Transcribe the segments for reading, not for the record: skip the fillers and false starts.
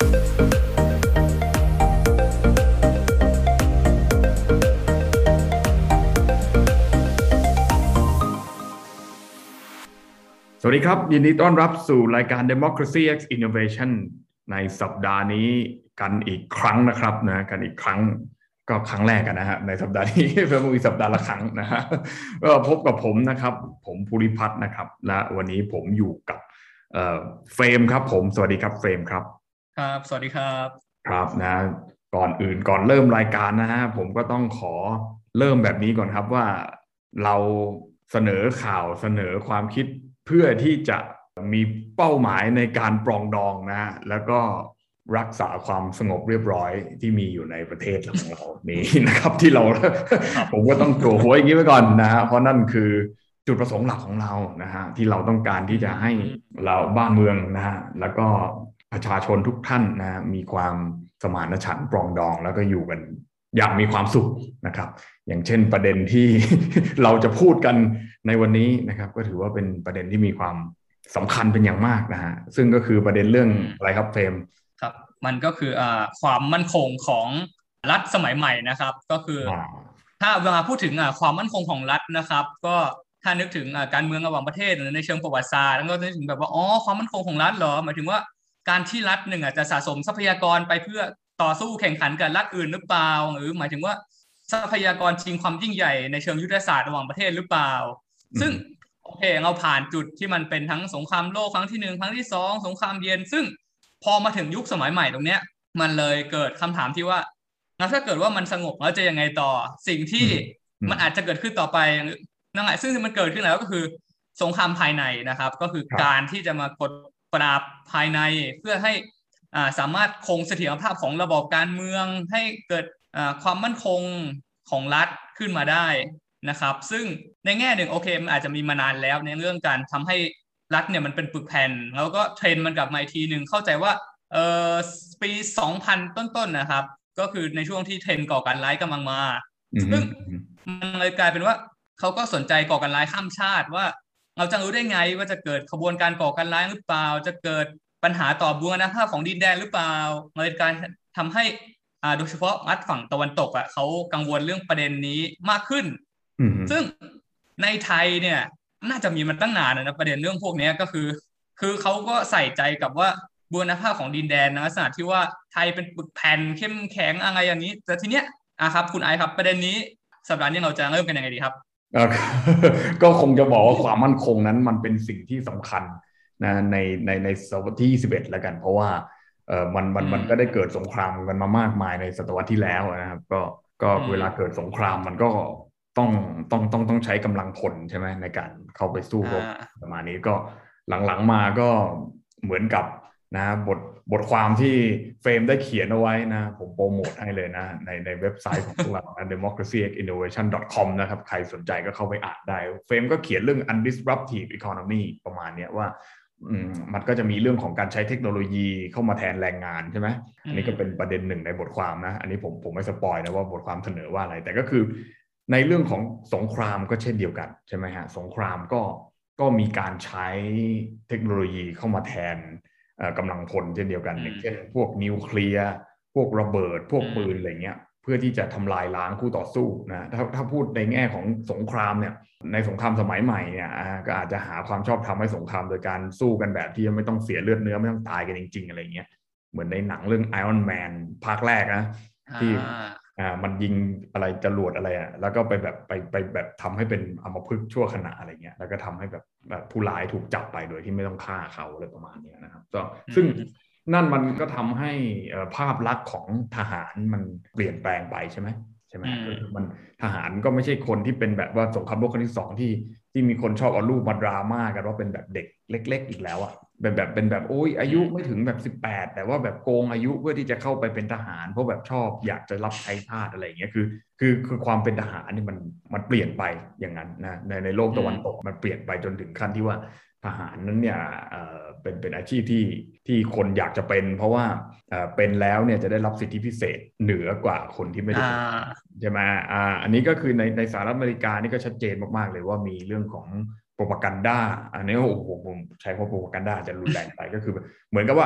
สวัสดีครับยินดีต้อนรับสู่รายการ Democracy X Innovation ในสัปดาห์นี้กันอีกครั้งนะครับนะกันอีกครั้งก็ครั้งแรกกันนะฮะในสัปดาห์นี้เพิ่มอีกสัปดาห์ละครั้งนะฮะก็พบกับผมนะครับผมภูริพัฒน์นะครับและวันนี้ผมอยู่กับเฟรมครับผมสวัสดีครับเฟรมครับครับสวัสดีครับครับนะก่อนอื่นก่อนเริ่มรายการนะฮะผมก็ต้องขอเริ่มแบบนี้ก่อนครับว่าเราเสนอข่าวเสนอความคิดเพื่อที่จะมีเป้าหมายในการปรองดองนะฮะแล้วก็รักษาความสงบเรียบร้อยที่มีอยู่ในประเทศของเรานี้นะครับที่เราผมก็ต้องจั่วหัวอย่างนี้ไว้ก่อนนะฮะเพราะนั่นคือจุดประสงค์หลักของเรานะฮะที่เราต้องการที่จะให้เราบ้านเมืองนะฮะแล้วก็ประชาชนทุกท่านนะมีความสมานฉันท์ปรองดองแล้วก็อยู่กันอย่างมีความสุขนะครับอย่างเช่นประเด็นที่ เราจะพูดกันในวันนี้นะครับก็ถือว่าเป็นประเด็นที่มีความสำคัญเป็นอย่างมากนะฮะซึ่งก็คือประเด็นเรื่องอะไรครับเฟรมครับมันก็คือความมั่นคงของรัฐสมัยใหม่นะครับก็คือถ้าเวลาพูดถึงความมั่นคงของรัฐนะครับก็ถ้านึกถึงการเมืองระหว่างประเทศในเชิงประวัติศาสตร์แล้วก็นึกถึงแบบว่าอ๋อความมั่นคงของรัฐเหรอหมายถึงว่าการที่รัฐหนึ่งจะสะสมทรัพยากรไปเพื่อต่อสู้แข่งขันกับรัฐอื่นหรือเปล่าหรือหมายถึงว่าทรัพยากรชิงความยิ่งใหญ่ในเชิงยุทธศาสตร์ระหว่างประเทศหรือเปล่าซึ่งโอเคเราผ่านจุดที่มันเป็นทั้งสงครามโลกครั้งที่หนึ่งครั้งที่สองสงครามเย็นซึ่งพอมาถึงยุคสมัยใหม่ตรงเนี้ยมันเลยเกิดคำถามที่ว่าแล้วถ้าเกิดว่ามันสงบแล้วจะยังไงต่อสิ่งที่มันอาจจะเกิดขึ้นต่อไปนั่นแหละซึ่งมันเกิดขึ้นแล้วก็คือสงครามภายในนะครับก็คือการที่จะมากดปราบภายในเพื่อให้สามารถคงเสถียรภาพของระบอบการเมืองให้เกิดความมั่นคงของรัฐขึ้นมาได้นะครับซึ่งในแง่หนึ่งโอเคมันอาจจะมีมานานแล้วในเรื่องการทำให้รัฐเนี่ยมันเป็นปึกแผ่นแล้วก็เทรนด์มันกลับมาอีกทีหนึ่งเข้าใจว่าปี2000ต้นๆนะครับก็คือในช่วงที่เทรนด์ก่อการร้ายกำลังมาซึ่งมันเลยกลายเป็นว่าเขาก็สนใจก่อการร้ายข้ามชาติว่าเราจะรู้ได้ไงว่าจะเกิดขบวนการก่อการร้ายหรือเปล่าจะเกิดปัญหาต่อบูรณภาพของดินแดนหรือเปล่ามันเลยการทำให้โดยเฉพาะรัฐฝั่งตะวันตกเขากังวลเรื่องประเด็นนี้มากขึ้นซึ่งในไทยเนี่ยน่าจะมีมันตั้งนานนะประเด็นเรื่องพวกนี้ก็คือเขาก็ใส่ใจกับว่าบูรณภาพของดินแดนนะลักษณะที่ว่าไทยเป็นปึกแผ่นเข้มแข็งอะไรอย่างนี้แต่ทีเนี้ยครับคุณไอครับประเด็นนี้สัปดาห์นี้เราจะเริ่มกันยังไงดีครับก็คงจะบอกว่าความมั่นคงนั้นมันเป็นสิ่งที่สำคัญนะในศตวรรษที่21แล้วกันเพราะว่ามันก็ได้เกิดสงครามกันมามากมายในศตวรรษที่แล้วนะครับก็เวลาเกิดสงครามมันก็ต้องใช้กำลังพลใช่ไหมในการเข้าไปสู้รบประมาณนี้ก็หลังๆมาก็เหมือนกับนะบทความที่เฟรมได้เขียนเอาไว้นะผมโปรโมทให้เลยนะในเว็บไซต์ของพวกเรา democracyinnovation.com นะครับใครสนใจก็เข้าไปอ่านได้เฟรมก็เขียนเรื่อง undisruptive economy ประมาณนี้ว่ามันก็จะมีเรื่องของการใช้เทคโนโลยีเข้ามาแทนแรงงานใช่ไหมอันนี้ก็เป็นประเด็นหนึ่งในบทความนะอันนี้ผมไม่สปอยนะว่าบทความเสนอว่าอะไรแต่ก็คือในเรื่องของสงครามก็เช่นเดียวกันใช่ไหมฮะสงครามก็มีการใช้เทคโนโลยีเข้ามาแทนกำลังพลเช่นเดียวกันอย่างเช่นพวกนิวเคลียร์พวกระเบิดพวกปืนอะไรเงี้ยเพื่อที่จะทำลายล้างคู่ต่อสู้นะถ้าพูดในแง่ของสงครามเนี่ยในสงครามสมัยใหม่เนี่ยก็อาจจะหาความชอบธรรมให้สงครามโดยการสู้กันแบบที่ไม่ต้องเสียเลือดเนื้อไม่ต้องตายกันจริงๆอะไรเงี้ยเหมือนในหนังเรื่อง Iron Man ภาคแรกนะที่มันยิงอะไรจรวดอะไรแล้วก็ไปแบบทำให้เป็นอัมพฤกษ์ชั่วขณะอะไรเงี้ยแล้วก็ทำให้แบบผู้ร้ายถูกจับไปโดยที่ไม่ต้องฆ่าเขาอะไรประมาณนี้นะครับซึ่งนั่นมันก็ทำให้ภาพลักษณ์ของทหารมันเปลี่ยนแปลงไปใช่ไหมมันทหารก็ไม่ใช่คนที่เป็นแบบว่าสงครามโลกครั้งที่2ที่มีคนชอบเอารูปมาดราม่ากันว่าเป็นแบบเด็กเล็กๆอีกแล้วอ่ะเป็นแบบโอ้ยอายุไม่ถึงแบบ18แต่ว่าแบบโกงอายุเพื่อที่จะเข้าไปเป็นทหารเพราะแบบชอบอยากจะรับใช้ชาติอะไรอย่างเงี้ยคือความเป็นทหารนี่มันเปลี่ยนไปอย่างนั้นนะในโลกตะวันตกมันเปลี่ยนไปจนถึงขั้นที่ว่าทหารนั้นเนี่ยเป็นอาชีพที่คนอยากจะเป็นเพราะว่าเป็นแล้วเนี่ยจะได้รับสิทธิพิเศษเหนือกว่าคนที่ไม่ได้เป็นใช่ไหมอันนี้ก็คือในสหรัฐอเมริกานี่ก็ชัดเจนมากๆเลยว่ามีเรื่องของโปรปากันดาอันนี้โอ้โหผมใช้คำว่าโปรปากันดาจะรุนแรงไปก็คือเหมือนกับว่า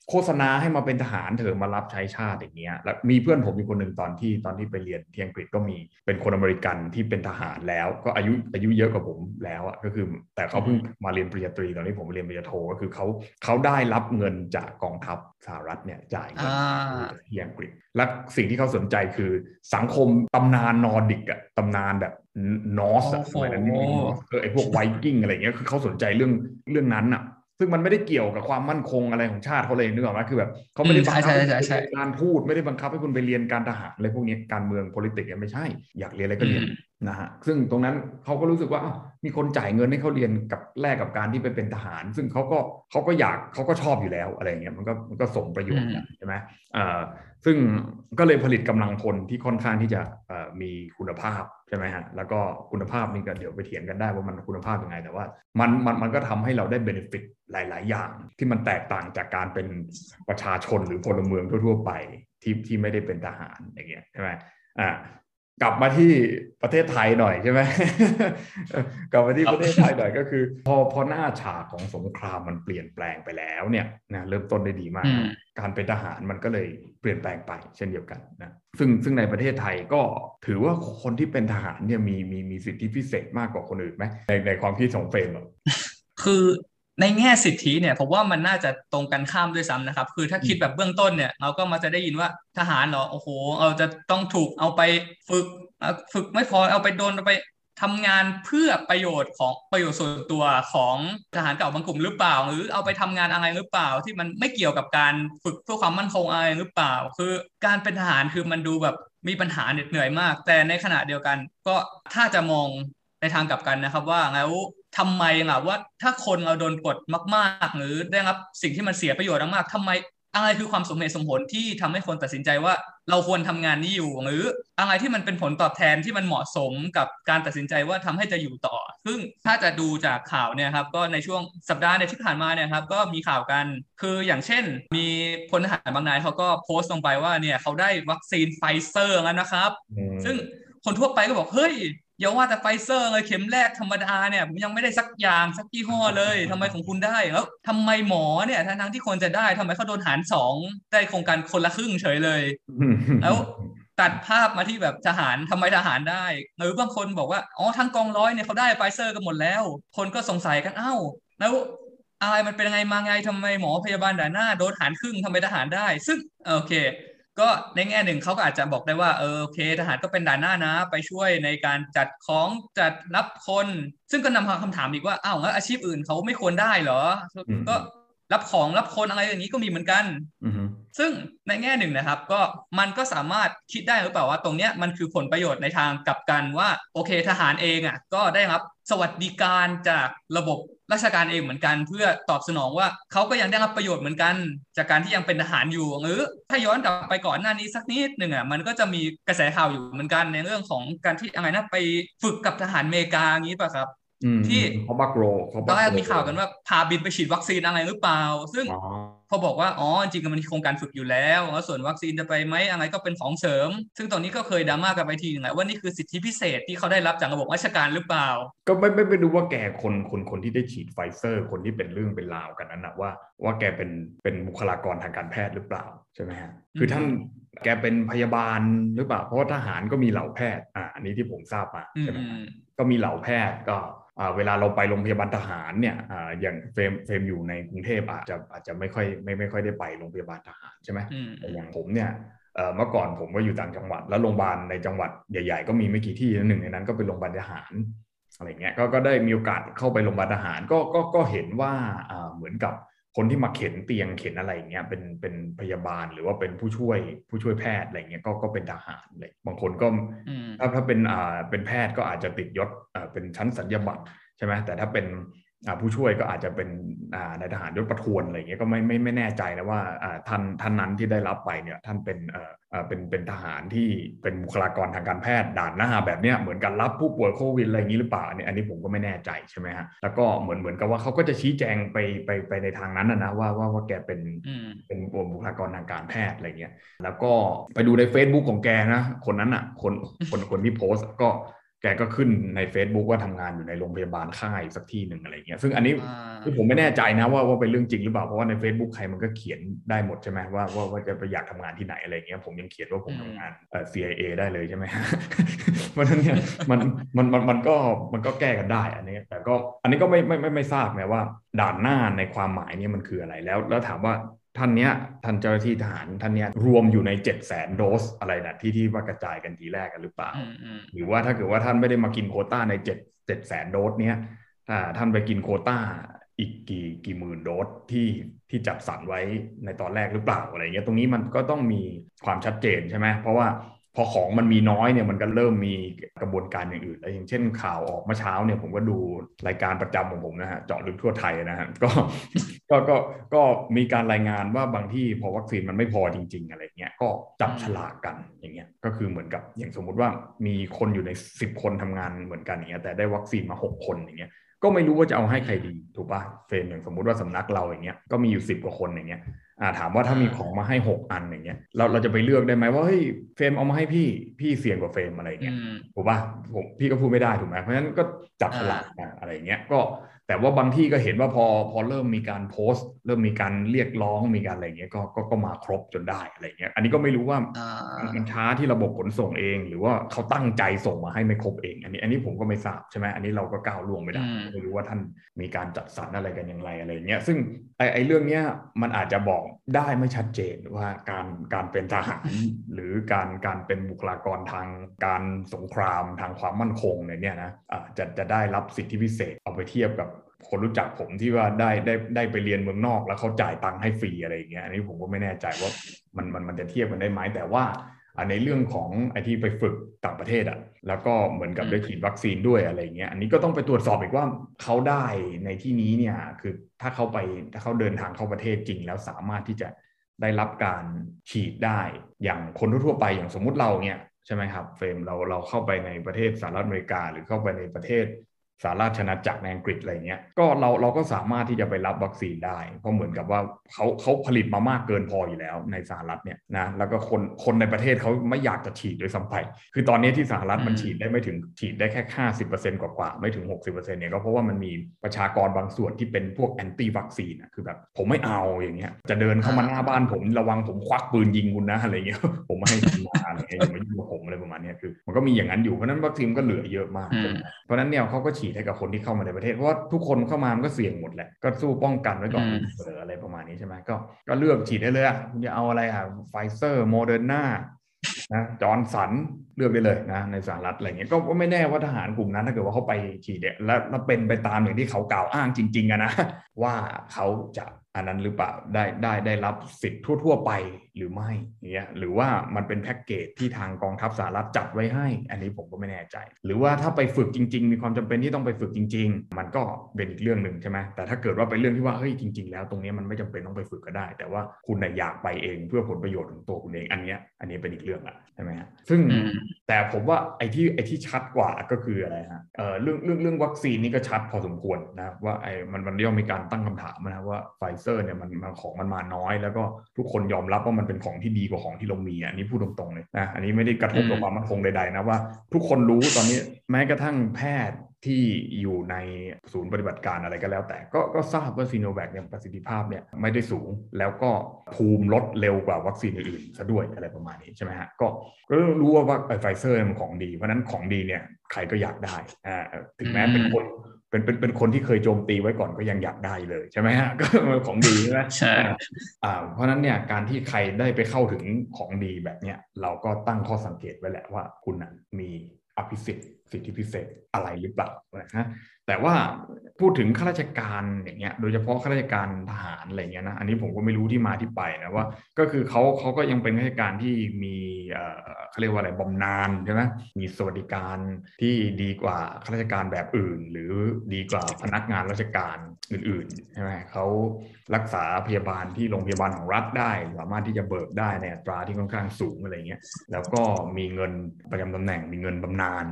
โฆษณาให้มาเป็นทหารเถอะมารับใช้ชาติอย่างเงี้ยแล้วมีเพื่อนผมอีกคนหนึ่งตอนที่ไปเรียนที่อังกฤษก็มีเป็นคนอเมริกันที่เป็นทหารแล้วก็อายุเยอะกว่าผมแล้วอ่ะก็คือแต่เขาเพิ่งมาเรียนปริญญาตรีตอนนี้ผมเรียนปริญญาโทก็คือเขาได้รับเงินจากกองทัพสหรัฐเนี่ยจ่ายเงินที่อังกฤษและสิ่งที่เขาสนใจคือสังคมตำนานนอร์ดิกอะตำนานแบบนอร์สอะสมัยนั้นมีนอร์สไอพวกไวกิ้งอะไรเงี้ยคือเขาสนใจเรื่องนั้นอะซึ่งมันไม่ได้เกี่ยวกับความมั่นคงอะไรของชาติเขาเลยนึกออกไหมคือแบบเขาไม่ได้บังคับให้คุณไปเรียนการพูดไม่ได้บังคับให้คุณไปเรียนการทหารอะไรพวกนี้การเมือง politics ไม่ใช่อยากเรียนอะไรก็เรียนนะฮะซึ่งตรงนั้นเขาก็รู้สึกว่ามีคนจ่ายเงินให้เขาเรียนกับแลกกับการที่ไปเป็นทหารซึ่งเขาก็อยากเขาก็ชอบอยู่แล้วอะไรเงี้ยมันก็สมประโยชน์กันใช่ไหมซึ่งก็เลยผลิตกำลังพลที่ค่อนข้างที่จะมีคุณภาพใช่ไหมฮะแล้วก็คุณภาพนี่ก็เดี๋ยวไปเถียงกันได้ว่ามันคุณภาพยังไงแต่ว่ามันก็ทำให้เราได้เบนฟิตหลายๆอย่างที่มันแตกต่างจากการเป็นประชาชนหรือพลเมืองทั่วๆไปที่ไม่ได้เป็นทหารอย่างเงี้ยใช่ไหมกลับมาที่ประเทศไทยหน่อยใช่ไหม กลับมาที่ประเทศไทยหน่อยก็คือพอหน้าฉากของสงครามมันเปลี่ยนแปลงไปแล้วเนี่ยนะเริ่มต้นได้ดีมากการเป็นทหารมันก็เลยเปลี่ยนแปลงไปเช่นเดียวกันนะซึ่งในประเทศไทยก็ถือว่าคนที่เป็นทหารเนี่ยมีสิทธิพิเศษมากกว่าคนอื่นไหมในความคิดของเฟรมคือในแง่สิทธิเนี่ยผมว่ามันน่าจะตรงกันข้ามด้วยซ้ำนะครับคือถ้าคิดแบบเบื้องต้นเนี่ยเราก็มาจะได้ยินว่าทหารเหรอโอ้โหเราจะต้องถูกเอาไปฝึกไม่พอเอาไปโดนเอาไปทำงานเพื่อประโยชน์ส่วนตัวของทหารเก่าบางกลุ่มหรือเปล่าหรือเอาไปทำงานอะไรหรือเปล่าที่มันไม่เกี่ยวกับการฝึกเพื่อความมั่นคงอะไรหรือเปล่าคือการเป็นทหารคือมันดูแบบมีปัญหาเหน็ดเหนื่อยมากแต่ในขณะเดียวกันก็ถ้าจะมองในทางกลับกันนะครับว่าแล้วทำไมล่ะว่าถ้าคนเราโดนกดมากๆหรือได้รับสิ่งที่มันเสียประโยชน์มากๆทำไมอะไรคือความสมเหตุสมผลที่ทำให้คนตัดสินใจว่าเราควรทำงานนี้อยู่หรืออะไรที่มันเป็นผลตอบแทนที่มันเหมาะสมกับการตัดสินใจว่าทำให้จะอยู่ต่อซึ่งถ้าจะดูจากข่าวเนี่ยครับก็ในช่วงสัปดาห์ที่ผ่านมาเนี่ยครับก็มีข่าวกันคืออย่างเช่นมีพลทหารบางนายเขาก็โพสต์ลงไปว่าเนี่ยเขาได้วัคซีนไฟเซอร์แล้วนะครับซึ่งคนทั่วไปก็บอกเฮ้ยอย่าว่าแต่ไฟเซอร์เลยเข็มแรกธรรมดาเนี่ยผมยังไม่ได้สักอย่างสักยี่ห้อเลยทำไมของคุณได้แล้วทำไมหมอเนี่ยทั้งที่ควรจะได้ทำไมเขาโดนหาร2ได้โครงการคนละครึ่งเฉยเลยแล้วตัดภาพมาที่แบบทหารทำไมทหารได้หรือบางคนบอกว่าอ๋อทั้งกองร้อยเนี่ยเขาได้ไฟเซอร์กันหมดแล้วคนก็สงสัยกันแล้วอะไรมันเป็นยังไงมาไงทำไมหมอพยาบาลด่านหน้าโดนหารครึ่งทำไมทหารได้ซึ่งโอเคก็ในแง่หนึ่งเขาก็อาจจะบอกได้ว่าโอเคทหารก็เป็นด่านหน้านะไปช่วยในการจัดของจัดรับคนซึ่งก็นำคำถามอีกว่าแล้วอาชีพอื่นเขาไม่ควรได้เหรอก็รับของรับคนอะไรอย่างนี้ก็มีเหมือนกันซึ่งในแง่หนึ่งนะครับก็มันก็สามารถคิดได้หรือเปล่าว่าตรงเนี้ยมันคือผลประโยชน์ในทางกลับกันว่าโอเคทหารเองก็ได้รับสวัสดิการจากระบบราชการเองเหมือนกันเพื่อตอบสนองว่าเขาก็ยังได้รับประโยชน์เหมือนกันจากการที่ยังเป็นทหารอยู่หรือถ้าย้อนกลับไปก่อนหน้านี้สักนิดหนึ่งมันก็จะมีกระแสข่าวอยู่เหมือนกันในเรื่องของการที่อะไรนะไปฝึกกับทหารอเมริกาอย่างนี้ป่ะครับที่เขาบักโรตอนแรกมีข่าวกันว่าพาบินไปฉีดวัคซีนอะไรหรือเปล่าซึ่งพอบอกว่าจริงๆมันมีโครงการฝึกอยู่แล้วส่วนวัคซีนจะไปไหมอะไรก็เป็นของเสริมซึ่งตอนนี้ก็เคยดราม่ากันไปทีนึงแหละว่านี่คือสิทธิพิเศษที่เขาได้รับจากระบบราชการหรือเปล่าก็ไม่ดูว่าแกคนที่ได้ฉีดไฟเซอร์คนที่เป็นเรื่องเป็นราวกันนั้นนะว่าแกเป็นบุคลากรทางการแพทย์หรือเปล่าใช่ไหมฮะคือท่านแกเป็นพยาบาลหรือเปล่าเพราะว่าทหารก็มีเหล่าแพทย์อันนี้ที่ผมทราบมาใช่ไหมก็มีเหล่าแพทย์ก็เวลาเราไปโรงพยาบาลทหารเนี่ยอย่างเฟรมอยู่ในกรุงเทพอาจจะไม่ค่อยได้ไปโรงพยาบาลทหารใช่ไหมแต่อย่างผมเนี่ยเมื่อก่อนผมก็อยู่ต่างจังหวัดแล้วโรงพยาบาลในจังหวัดใหญ่ๆก็มีไม่กี่ที่หนึ่งในนั้นก็เป็นโรงพยาบาลทหารอะไรเงี้ยก็ได้มีโอกาสเข้าไปโรงพยาบาลทหารก็เห็นว่าเหมือนกับคนที่มาเข็นเตียงเข็นอะไรอย่างเงี้ยเป็นพยาบาลหรือว่าเป็นผู้ช่วยแพทย์อะไรเงี้ยก็เป็นทหารเลยบางคนก็ถ้าเป็นแพทย์ก็อาจจะติดยศเป็นชั้นสัญญาบัตรใช่ไหมแต่ถ้าเป็นผู้ช่วยก็อาจจะเป็นนายทหารยศประทวนอะไรเงี้ยก็ไม่แน่ใจนะว่าท่านนั้นที่ได้รับไปเนี่ยท่านเป็นทหารที่เป็นบุคลากรทางการแพทย์ด่านหน้าแบบเนี้ยเหมือนกันรับผู้ป่วยโควิดอะไรอย่างนี้หรือเปล่าอันนี้ผมก็ไม่แน่ใจใช่ไหมฮะแล้วก็เหมือนกับว่าเขาก็จะชี้แจงไปในทางนั้นนะว่าแกเป็นบุคลากรทางการแพทย์อะไรเงี้ยแล้วก็ไปดูใน Facebook ของแกนะคนนั้นอ่ะคนที่โพสต์ก็แกก็ขึ้นใน Facebook ว่าทำงานอยู่ในโรงพยาบาลค่ายสักที่หนึ่งอะไรเงี้ยซึ่งอันนี้ที่ผมไม่แน่ใจนะว่าเป็นเรื่องจริงหรือเปล่าเพราะว่าใน Facebook ใครมันก็เขียนได้หมดใช่ไหมว่าจะไปอยากทำงานที่ไหนอะไรเงี้ยผมยังเขียนว่าผมทำงานCIA ได้เลยใช่ไหม เพราะฉะนั้นเนี่ยมันก็แก้กันได้อันนี้แต่ก็อันนี้ก็ไม่ทราบไงว่าด่านหน้าในความหมายเนี่ยมันคืออะไรแล้วถามว่าท่านเจ้าหน้าที่ทหารท่านเนี้ยรวมอยู่ใน700,000 โดสอะไรนะที่ว่ากระจายกันทีแรกกันหรือเปล่าหรือว่าถ้าเกิดว่าท่านไม่ได้มากินโควต้าใน700,000 โดสเนี้ยท่านไปกินโควต้าอีกกี่หมื่นโดสที่จัดสรรไว้ในตอนแรกหรือเปล่าอะไรเงี้ยตรงนี้มันก็ต้องมีความชัดเจนใช่ไหมเพราะว่าพอของมันมีน้อยเนี่ยมันก็เริ่มมีกระบวนการอย่างอื่นแล้วอย่างเช่นข่าวออกเมื่อเช้าเนี่ยผมก็ดูรายการประจำของผมนะฮะเจาะลึกทั่วไทยนะฮะก็มีการรายงานว่าบางที่พอวัคซีนมันไม่พอจริงๆอะไรเงี้ยก็จับฉลากกันอย่างเงี้ยก็คือเหมือนกับอย่างสมมุติว่ามีคนอยู่ใน10 คนทำงานเหมือนกันอย่างเงี้ยแต่ได้วัคซีนมา6 คนอย่างเงี้ยก็ไม่รู้ว่าจะเอาให้ใครดีถูกป่ะเฟรมอย่างสมมุติว่าสำนักเราอย่างเงี้ยก็มีอยู่10 กว่าคนอย่างเงี้ยถามว่าถ้ามีของมาให้6 อันอย่างเงี้ยเราจะไปเลือกได้ไหมว่าเฮ้ยเฟรมเอามาให้พี่เสี่ยงกว่าเฟรมอะไรเงี้ยถูกป่ะพี่ก็พูดไม่ได้ถูกไหมเพราะฉะนั้นก็จับฉลากอะไรเงี้ยก็แต่ว่าบางที่ก็เห็นว่าพอเริ่มมีการโพสต์เริ่มมีการเรียกร้องมีการอะไรเงี้ยก็มาครบจนได้อะไรเงี้ยอันนี้ก็ไม่รู้ว่ามันช้าที่ระบบขนส่งเองหรือว่าเขาตั้งใจส่งมาให้ไม่ครบเองอันนี้ผมก็ไม่ทราบใช่ไหมอันนี้เราก็ก้าวล่วงไม่ได้ไม่รู้ว่าท่านมีการจัดสรรอะไรกันอย่างไรอะไรเงี้ยซึ่งไอ้เรื่องเนี้ยมันอาจจะบอกได้ไม่ชัดเจนว่าการเป็นทหารหรือการเป็นบุคลากรทางการสงครามทางความมั่นคงเนี่ยนะจะได้รับสิทธิพิเศษเอาไปเทียบกับคนรู้จักผมที่ว่าได้ไปเรียนเมืองนอกแล้วเขาจ่ายตังค์ให้ฟรีอะไรอย่างเงี้ยอันนี้ผมก็ไม่แน่ใจว่ามันจะเทียบกันได้ไหมแต่ว่าในเรื่องของไอ้ที่ไปฝึกต่างประเทศแล้วก็เหมือนกับได้ฉีดวัคซีนด้วยอะไรเงี้ยอันนี้ก็ต้องไปตรวจสอบอีกว่าเขาได้ในที่นี้เนี่ยคือถ้าเขาเดินทางเข้าประเทศจริงแล้วสามารถที่จะได้รับการฉีดได้อย่างคนทั่วไปอย่างสมมุติเราเนี่ยใช่ไหมครับเฟรมเราเข้าไปในประเทศสหรัฐอเมริกาหรือเข้าไปในประเทศสหราชอาณาจักรในอังกฤษอะไรเงี้ยก็เราก็สามารถที่จะไปรับวัคซีนได้เพราะเหมือนกับว่าเขาผลิตมามากเกินพออยู่แล้วในสหรัฐเนี่ยนะแล้วก็คนในประเทศเขาไม่อยากจะฉีดด้วยซ้ำไปคือตอนนี้ที่สหรัฐมันฉีดได้ไม่ถึงฉีดได้แค่ 50% กว่าไม่ถึง 60% เนี่ยก็เพราะว่ามันมีประชากรบางส่วนที่เป็นพวกแอนตี้วัคซีนคือแบบผมไม่เอาอย่างเงี้ยจะเดินเข้ามาหน้าบ้านผมระวังผมควักปืนยิงคุณนะอะไรเงี้ยผมไม่ให้คุณมาอะไรเงี้ยอย่ามายุ่งกับผมอะไรประมาณนี้คือมันก็มีอย่างนั้นอยู่เพราะนั้นวัคซีนก็เหลือเยอะมากเพราะนั้นเนี่ยเขาก็ฉีดให้กับคนที่เข้ามาในประเทศเพราะว่าทุกคนเข้ามามันก็เสี่ยงหมดแหละก็สู้ป้องกันไว้ก่อนอะไรประมาณนี้ใช่ไหมก็เลือกฉีดได้เลยคุณจะเอาอะไรไฟเซอร์โมเดอร์นานะจอร์นสันเลือกได้เลยนะในสหรัฐอะไรเงี้ยก็ไม่แน่ว่าทหารกลุ่มนั้นถ้าเกิดว่าเขาไปฉีดแล้วเป็นไปตามอย่างที่เขากล่าวอ้างจริงๆนะว่าเขาจะอันนั้นหรือเปล่าได้รับสิทธิ์ทั่วไปหรือไม่เนี่ยหรือว่ามันเป็นแพ็กเกจที่ทางกองทัพสหรัฐจัดไว้ให้อันนี้ผมก็ไม่แน่ใจหรือว่าถ้าไปฝึกจริงๆมีความจำเป็นที่ต้องไปฝึกจริงๆมันก็เป็นอีกเรื่องหนึ่งใช่ไหมแต่ถ้าเกิดว่าเป็นเรื่องที่ว่าเฮ้ยจริงๆแล้วตรงนี้มันไม่จำเป็นต้องไปฝึกก็ได้แต่ว่าคุณอยากไปเองเพื่อผลประโยชน์ของตัวคุณเองอันนี้เป็นอีกเรื่องละใช่ไหมฮะซึ่งแต่ผมว่าไอ้ที่ชัดกว่าก็คืออะไรฮะเรื่องวัคซีนนี่ก็ชัดพอสมควรนะว่ามันย่อมมีการตั้งคำถามนะว่าไฟเซอร์เนี่ยมันของมันมาน้อยแล้วก็ทุกคนยอมรับว่ามันเป็นของที่ดีกว่าของที่เรามีอันนี้พูดตรงๆเลยนะอันนี้ไม่ได้กระทบต่อความมั่นคงใดๆนะว่าทุกคนรู้ตอนนี้แม้กระทั่งแพทย์ที่อยู่ในศูนย์ปฏิบัติการอะไรก็แล้วแต่ก็ทราบว่าซีโนแวคเนี่ยประสิทธิภาพเนี่ยไม่ได้สูงแล้วก็ภูมิลดเร็วกว่าวัคซีนอื่นๆซะด้วยอะไรประมาณนี้ใช่ไหมฮะก็รู้ว่าไฟเซอร์มันของดีเพราะนั้นของดีเนี่ยใครก็อยากได้ถึงแม้เป็นคนที่เคยโจมตีไว้ก่อนก็ยังอยากได้เลยใช่ไหมฮะก็ของดีใช่ไหมใช่เพราะนั้นเนี่ยการที่ใครได้ไปเข้าถึงของดีแบบเนี้ยเราก็ตั้งข้อสังเกตไว้แหละว่าคุณมีอภิสิทธิ์สิทธิพิเศษอะไรหรือเปล่านะแต่ว่าพูดถึงข้าราชการอย่างเงี้ยโดยเฉพาะข้าราชการทหารอะไรเงี้ยนะอันนี้ผมก็ไม่รู้ที่มาที่ไปนะว่าก็คือเขาก็ยังเป็นข้าราชการที่มีเขาเรียกว่าอะไรบำนาญใช่ไหมมีสวัสดิการที่ดีกว่าข้าราชการแบบอื่นหรือดีกว่าพนักงานราชการอื่นๆใช่ไหมเขารักษาพยาบาลที่โรงพยาบาลของรัฐได้สามารถที่จะเบิกได้ในอัตราที่ค่อนข้างสูงอะไรเงี้ยแล้วก็มีเงินประจำตำแหน่งมีเงินบำนาญใช่ไหมฮะ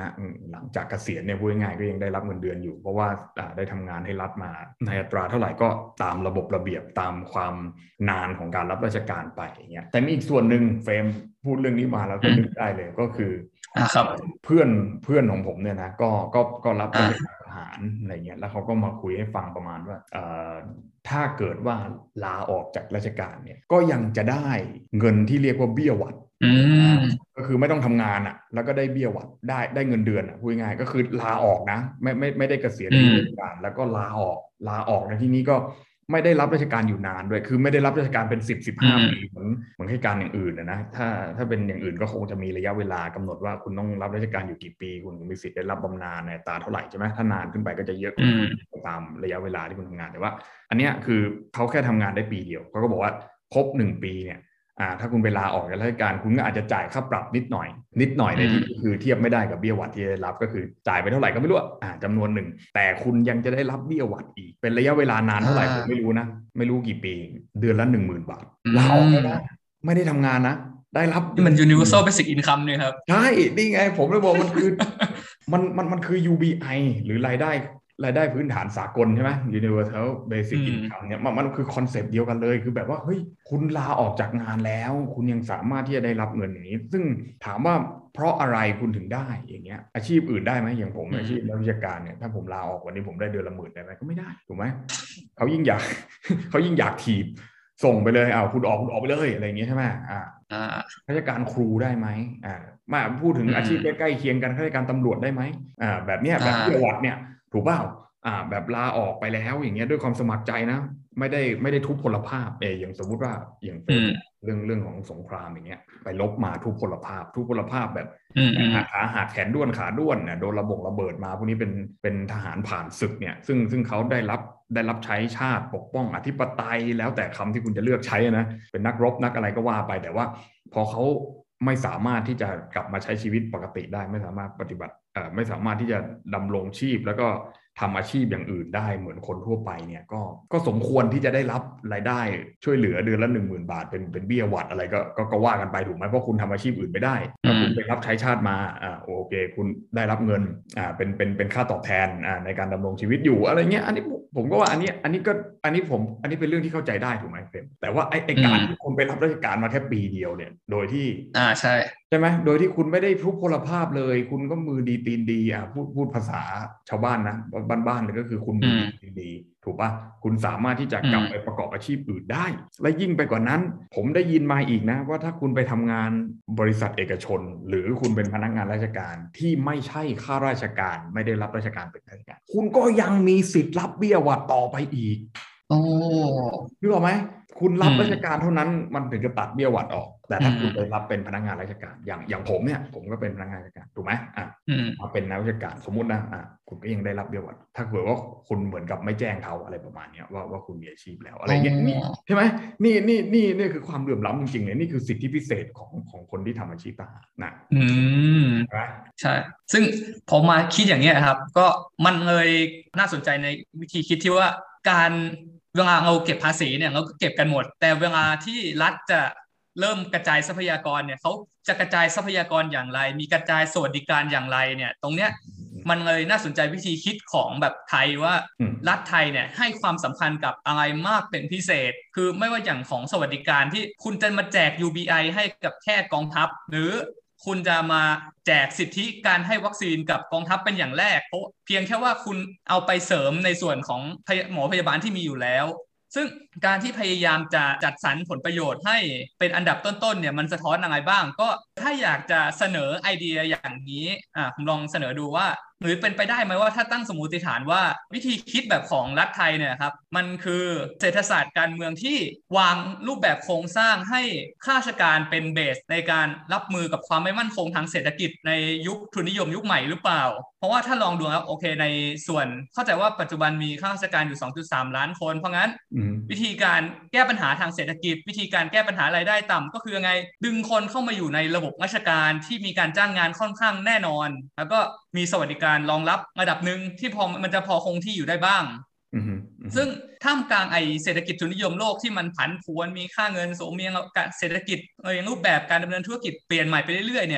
ะหลังจากเกษียณเนี่ยพูดง่ายๆก็ยังได้รับเงินเดือนอยู่เพราะว่าได้ทำงานให้รัฐมาในอัตราเท่าไหร่ก็ตามระบบระเบียบตามความนานของการรับราชการไปอย่างเงี้ยแต่มีอีกส่วนหนึ่งเฟรมพูดเรื่องนี้มาแล้วก็นึกได้เลยก็คือเพื่อนของผมเนี่ยนะก็รับราชการทหารอะไรเงี้ยแล้วเขาก็มาคุยให้ฟังประมาณว่าถ้าเกิดว่าลาออกจากราชการเนี่ยก็ยังจะได้เงินที่เรียกว่าเบี้ยหวัดก็คือไม่ต้องทำงานอ่ะแล้วก็ได้เบี้ยหวัดได้เงินเดือนอ่ะพูดง่ายก็คือลาออกนะไม่ได้เกษียณราชการแล้วก็ลาออกในที่นี้ก็ไม่ได้รับราชการอยู่นานด้วยคือไม่ได้รับราชการเป็น10-15 ปีเหมือนให้การอย่างอื่นนะถ้าเป็นอย่างอื่นก็คงจะมีระยะเวลากำหนดว่าคุณต้องรับราชการอยู่กี่ปีคุณมีสิทธิ์ได้รับบำนาญในอัตราเท่าไหร่ใช่ไหมถ้านานขึ้นไปก็จะเยอะตามระยะเวลาที่คุณทำงานแต่ว่าอันเนี้ยคือเขาแค่ทำงานได้ปีเดียวเขาก็บอกว่าครบ1 ปีเนี่ยถ้าคุณไปลาออกจากราชการคุณก็อาจจะจ่ายค่าปรับนิดหน่อยในที่คือเทียบไม่ได้กับเบี้ยหวัดที่ได้รับก็คือจ่ายไปเท่าไหร่ก็ไม่รู้จำนวนหนึ่งแต่คุณยังจะได้รับเบี้ยหวัดอีกเป็นระยะเวลานานเท่าไหร่ผมไม่รู้นะไม่รู้กี่ปีเดือนละ 10,000 บาทลาออกแล้วนะไม่ได้ทำงานนะได้รับมัน universal basic income เนี่ยครับใช่นี่ไงผมเลยบอกมันคือมันคือ UBI หรือรายได้พื้นฐานสากลใช่ไหม Universal Basic Income เนี่ยมันคือคอนเซปต์เดียวกันเลยคือแบบว่าเฮ้ยคุณลาออกจากงานแล้วคุณยังสามารถที่จะได้รับเงินอย่างนี้ซึ่งถามว่าเพราะอะไรคุณถึงได้อย่างเงี้ยอาชีพอื่นได้ไหมอย่างผมอาชีพนักวิชาการเนี่ยถ้าผมลาออกวันนี้ผมได้เดือนละ10,000ได้ไหมก็ไม่ได้ถูกไหมเขายิ่งอยากถีบส่งไปเลยคุณออกไปเลยอะไรอย่างเงี้ยใช่ไหมราชการครูได้ไหมมาพูดถึงอาชีพใกล้ๆเคียงกันข้าราชการตำรวจได้ไหมแบบเนี้ยแบบที่วัดเนี่ยถูกเปล่าแบบลาออกไปแล้วอย่างเงี้ยด้วยความสมัครใจนะไม่ได้ทุพพลภาพอย่างสมมุติว่าอย่างเรื่องของสงครามอย่างเงี้ยไปลบมาทุพพลภาพแบบขาหักแขนด้วนขาด้วนเนี่ยโดนระเบิดมาพวกนี้เป็นทหารผ่านศึกเนี่ยซึ่งเขาได้รับใช้ชาติปกป้องอธิปไตยแล้วแต่คำที่คุณจะเลือกใช้นะเป็นนักรบนักอะไรก็ว่าไปแต่ว่าพอเขาไม่สามารถที่จะกลับมาใช้ชีวิตปกติได้ไม่สามารถปฏิบัติไม่สามารถที่จะดำรงชีพแล้วก็ทำอาชีพอย่างอื่นได้เหมือนคนทั่วไปเนี่ยก็สมควรที่จะได้รับรายได้ช่วยเหลือเดือนละ 10,000 บาทเป็นเบี้ยหวัดอะไรก็ว่ากันไปถูกไหมเพราะคุณทำอาชีพอื่นไม่ได้ถ้าคุณไปรับใช้ชาติมาโอเคคุณได้รับเงินเป็นค่าตอบแทนในการดำรงชีวิตอยู่อะไรเงี้ยอันนี้ผมก็ว่าอันนี้เป็นเรื่องที่เข้าใจได้ถูกไหมเฟรมแต่ว่าไอ้การที่คุณไปรับราชการมาแค่ปีเดียวเนี่ยโดยที่ใช่ไหมโดยที่คุณไม่ได้ทุพพลภาพเลยคุณก็มือดีตีนดีพูดภาษาชาวบ้านนะบ้านๆเลยก็คือคุณมือดีตีนดีถูกป่ะคุณสามารถที่จะกลับไปประกอบอาชีพอื่นได้และยิ่งไปกว่านั้นผมได้ยินมาอีกนะว่าถ้าคุณไปทำงานบริษัทเอกชนหรือคุณเป็นพนักงานราชการที่ไม่ใช่ข้าราชการไม่ได้รับราชการเป็นข้าราชการคุณก็ยังมีสิทธิ์รับเบี้ยหวัดต่อไปอีกรู้ไหมคุณรับราชการเท่านั้นมันถึงจะตัดเบี้ยหวัดออกแต่ถ้าคุณไปรับเป็นพนักงานราชการอย่างผมเนี่ยผมก็เป็นพนักงานราชการถูกไหมมาเป็นนักราชการสมมุตินะคุณก็ยังได้รับเบี้ยหวัดถ้าเกิดว่าคุณเหมือนกับไม่แจ้งเขาอะไรประมาณนี้ว่าคุณมีอาชีพแล้วอะไรเงี้ยใช่ไหมนี่คือความเหลื่อมล้ำจริงๆเลยนี่คือสิทธิพิเศษของคนที่ทำอาชีพทหารนะใช่ซึ่งผมมาคิดอย่างนี้ครับก็มันเลยน่าสนใจในวิธีคิดที่ว่าการเวลาเราเก็บภาษีเนี่ยเราก็เก็บกันหมดแต่เวลาที่รัฐจะเริ่มกระจายทรัพยากรเนี่ยเขาจะกระจายทรัพยากรอย่างไรมีกระจายสวัสดิการอย่างไรเนี่ยตรงเนี้ยมันเลยน่าสนใจวิธีคิดของแบบไทยว่ารัฐไทยเนี่ยให้ความสำคัญกับอะไรมากเป็นพิเศษคือไม่ว่าอย่างของสวัสดิการที่คุณจะมาแจก UBI ให้กับแค่กองทัพหรือคุณจะมาแจกสิทธิการให้วัคซีนกับกองทัพเป็นอย่างแรกเพราะเพียงแค่ว่าคุณเอาไปเสริมในส่วนของหมอพยาบาลที่มีอยู่แล้วซึ่งการที่พยายามจะจัดสรรผลประโยชน์ให้เป็นอันดับต้นๆเนี่ยมันสะท้อนอะไรบ้างก็ถ้าอยากจะเสนอไอเดียอย่างนี้ผมลองเสนอดูว่าหรือเป็นไปได้ไหมว่าถ้าตั้งสมมติฐานว่าวิธีคิดแบบของรัฐไทยเนี่ยครับมันคือเศรษฐศาสตร์การเมืองที่วางรูปแบบโครงสร้างให้ข้าราชการเป็นเบสในการรับมือกับความไม่มั่นคงทางเศรษฐกิจในยุคทุนนิยมยุคใหม่หรือเปล่าเพราะว่าถ้าลองดูครับโอเคในส่วนเข้าใจว่าปัจจุบันมีข้าราชการอยู่ 2.3 ล้านคนเพราะงั้นวิธีการแก้ปัญหาทางเศรษฐกิจวิธีการแก้ปัญหารายได้ต่ำก็คือยังไงดึงคนเข้ามาอยู่ในระบบราชการที่มีการจ้างงานค่อนข้างแน่นอนแล้วก็มีสวัสดิการรองรับระดับหนึ่งที่มันจะพอคงที่อยู่ได้บ้างซึ่งท่ามกลางเศรษฐกิจทุนนิยมโลกที่มันผันผวนมีค่าเงินสูงมีเศรษฐกิจอย่างรูปแบบการดำเนินธุรกิจเปลี่ยนใหม่ไปเรื่อยๆเนี่ย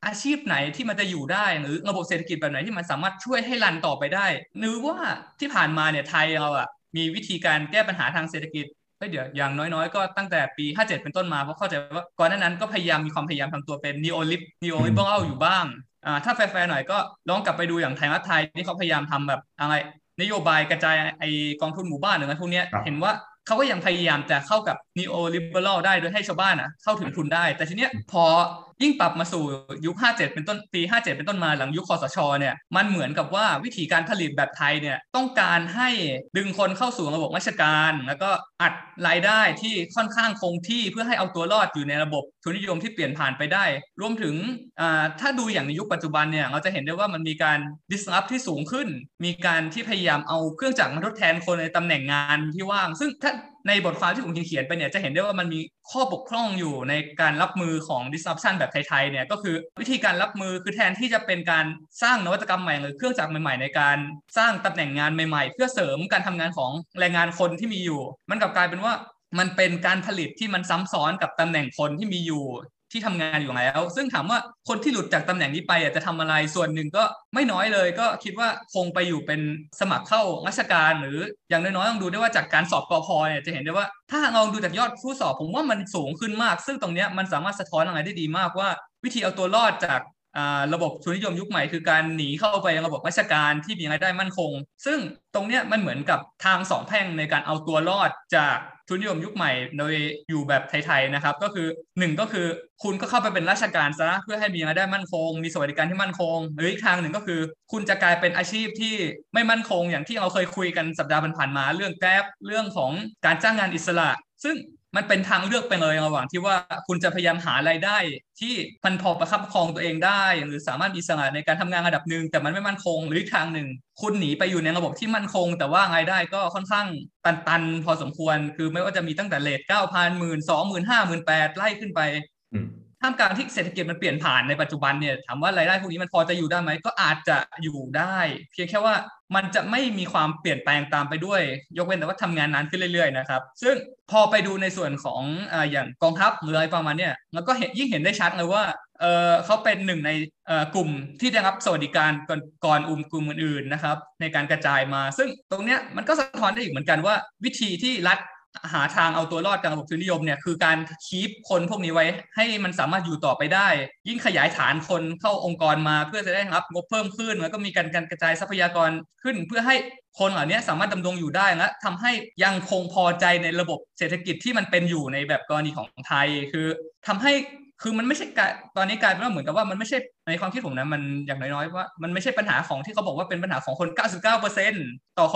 อาชีพไหนที่มันจะอยู่ได้หรือระบบเศรษฐกิจแบบไหนที่มันสามารถช่วยให้รันต่อไปได้หรือว่าที่ผ่านมาเนี่ยไทยเราอ่ะมีวิธีการแก้ปัญหาทางเศรษฐกิจเดี๋ยวอย่างน้อยๆก็ตั้งแต่ปี57เป็นต้นมาเพราะเข้าใจว่าก่อนหน้านั้นก็มีความพยายามทำตัวเป็นนีโอลิเบอรัลอยู่บ้างถ้าแฟร์ๆหน่อยก็ลองกลับไปดูอย่างไทยรัฐไทยที่เขาพยายามทำแบบอะไรนโยบายกระจายไอกองทุนหมู่บ้านหรืออะไรพวกเนี้ยเห็นว่าเขาก็ยังพยายามจะเข้ากับ neoliberal ได้โดยให้ชาวบ้านเข้าถึงทุนได้แต่ทีเนี้ยพอยิ่งปรับมาสู่ยุค57เป็นต้นปี57เป็นต้นมาหลังยุคคสชเนี่ยมันเหมือนกับว่าวิธีการผลิตแบบไทยเนี่ยต้องการให้ดึงคนเข้าสู่ระบบราชการแล้วก็อัดรายได้ที่ค่อนข้างคงที่เพื่อให้เอาตัวรอดอยู่ในระบบทุนนิยมที่เปลี่ยนผ่านไปได้รวมถึงถ้าดูอย่างในยุคปัจจุบันเนี่ยเราจะเห็นได้ว่ามันมีการ disrupt ที่สูงขึ้นมีการที่พยายามเอาเครื่องจักรมาทดแทนคนในตำแหน่งงานที่ว่างซึ่งถ้าในบทความที่ผมเขียนไปเนี่ยจะเห็นได้ว่ามันมีข้อบกพร่องอยู่ในการรับมือของ disruption แบบไทยๆเนี่ยก็คือวิธีการรับมือคือแทนที่จะเป็นการสร้างนวัตกรรมใหม่หรือเครื่องจักรใหม่ๆในการสร้างตำแหน่งงานใหม่ๆเพื่อเสริมการทำงานของแรงงานคนที่มีอยู่มันกลับกลายเป็นว่ามันเป็นการผลิตที่มันซ้ำซ้อนกับตำแหน่งคนที่มีอยู่ที่ทำงานอยู่แล้วซึ่งถามว่าคนที่หลุดจากตำแหน่งนี้ไปจะทำอะไรส่วนหนึ่งก็ไม่น้อยเลยก็คิดว่าคงไปอยู่เป็นสมัครเข้าราชการหรืออย่างน้อยๆต้องดูได้ว่าจากการสอบกพเนี่ยจะเห็นได้ว่าถ้าเราดูจากยอดผู้สอบผมว่ามันสูงขึ้นมากซึ่งตรงนี้มันสามารถสะท้อนอะไรได้ดีมากว่าวิธีเอาตัวรอดจากระบบทุนนิยมยุคใหม่คือการหนีเข้าไประบบราชการที่มีรายได้มั่นคงซึ่งตรงเนี้ยมันเหมือนกับทางสองแพร่งในการเอาตัวรอดจากทุนนิยมยุคใหม่โดยอยู่แบบไทยๆนะครับก็คือหนึ่งก็คือคุณก็เข้าไปเป็นราชการซะเพื่อให้มีรายได้มั่นคงมีสวัสดิการที่มั่นคงหรืออีกทางหนึ่งก็คือคุณจะกลายเป็นอาชีพที่ไม่มั่นคงอย่างที่เราเคยคุยกันสัปดาห์ผ่านมาเรื่องแกร็บเรื่องของการจ้างงานอิสระซึ่งมันเป็นทางเลือกไปเลยระหว่างที่ว่าคุณจะพยายามหารายได้ที่มันพอประคับประคองตัวเองได้หรือสามารถมีอิสระในการทำงานระดับหนึ่งแต่มันไม่มั่นคงหรืออีกทางหนึ่งคุณหนีไปอยู่ในระบบที่มั่นคงแต่ว่ารายได้ก็ค่อนข้างตันพอสมควรคือไม่ว่าจะมีตั้งแต่เรท9,000 12,000 15,000 18,000ไล่ขึ้นไปท่ามกลางที่เศรษฐกิจมันเปลี่ยนผ่านในปัจจุบันเนี่ยถามว่ารายได้พวกนี้มันพอจะอยู่ได้ไหมก็อาจจะอยู่ได้เพียงแค่ว่ามันจะไม่มีความเปลี่ยนแปลงตามไปด้วยยกเว้นแต่ว่าทำงานนานขึ้นเรื่อยๆนะครับซึ่งพอไปดูในส่วนของอย่างกองทัพหรืออะไรประมาณเนี่ยแล้วก็ยิ่งเห็นได้ชัดเลยว่าเขาเป็นหนึ่งในกลุ่มที่ได้รับสวัสดิการก่อนกลุ่มอื่นๆนะครับในการกระจายมาซึ่งตรงเนี้ยมันก็สะท้อนได้อีกเหมือนกันว่าวิธีที่รัฐหาทางเอาตัวรอดจากระบบทุนนิยมเนี่ยคือการคีปคนพวกนี้ไว้ให้มันสามารถอยู่ต่อไปได้ยิ่งขยายฐานคนเข้าองค์กรมาเพื่อจะได้รับงบเพิ่มขึ้นแล้วก็มีการกระจายทรัพยากรขึ้นเพื่อให้คนเหล่านี้สามารถดำรงอยู่ได้และทำให้ยังคงพอใจในระบบเศรษฐกิจที่มันเป็นอยู่ในแบบกรณีของไทยคือทำให้คือมันไม่ใช่ตอนนี้กลายเป็นว่าเหมือนกับว่ามันไม่ใช่ในความคิดผมนะมันอย่างน้อยๆว่ามันไม่ใช่ปัญหาของที่เขาบอกว่าเป็นปัญหาของคน 99% ต่อคน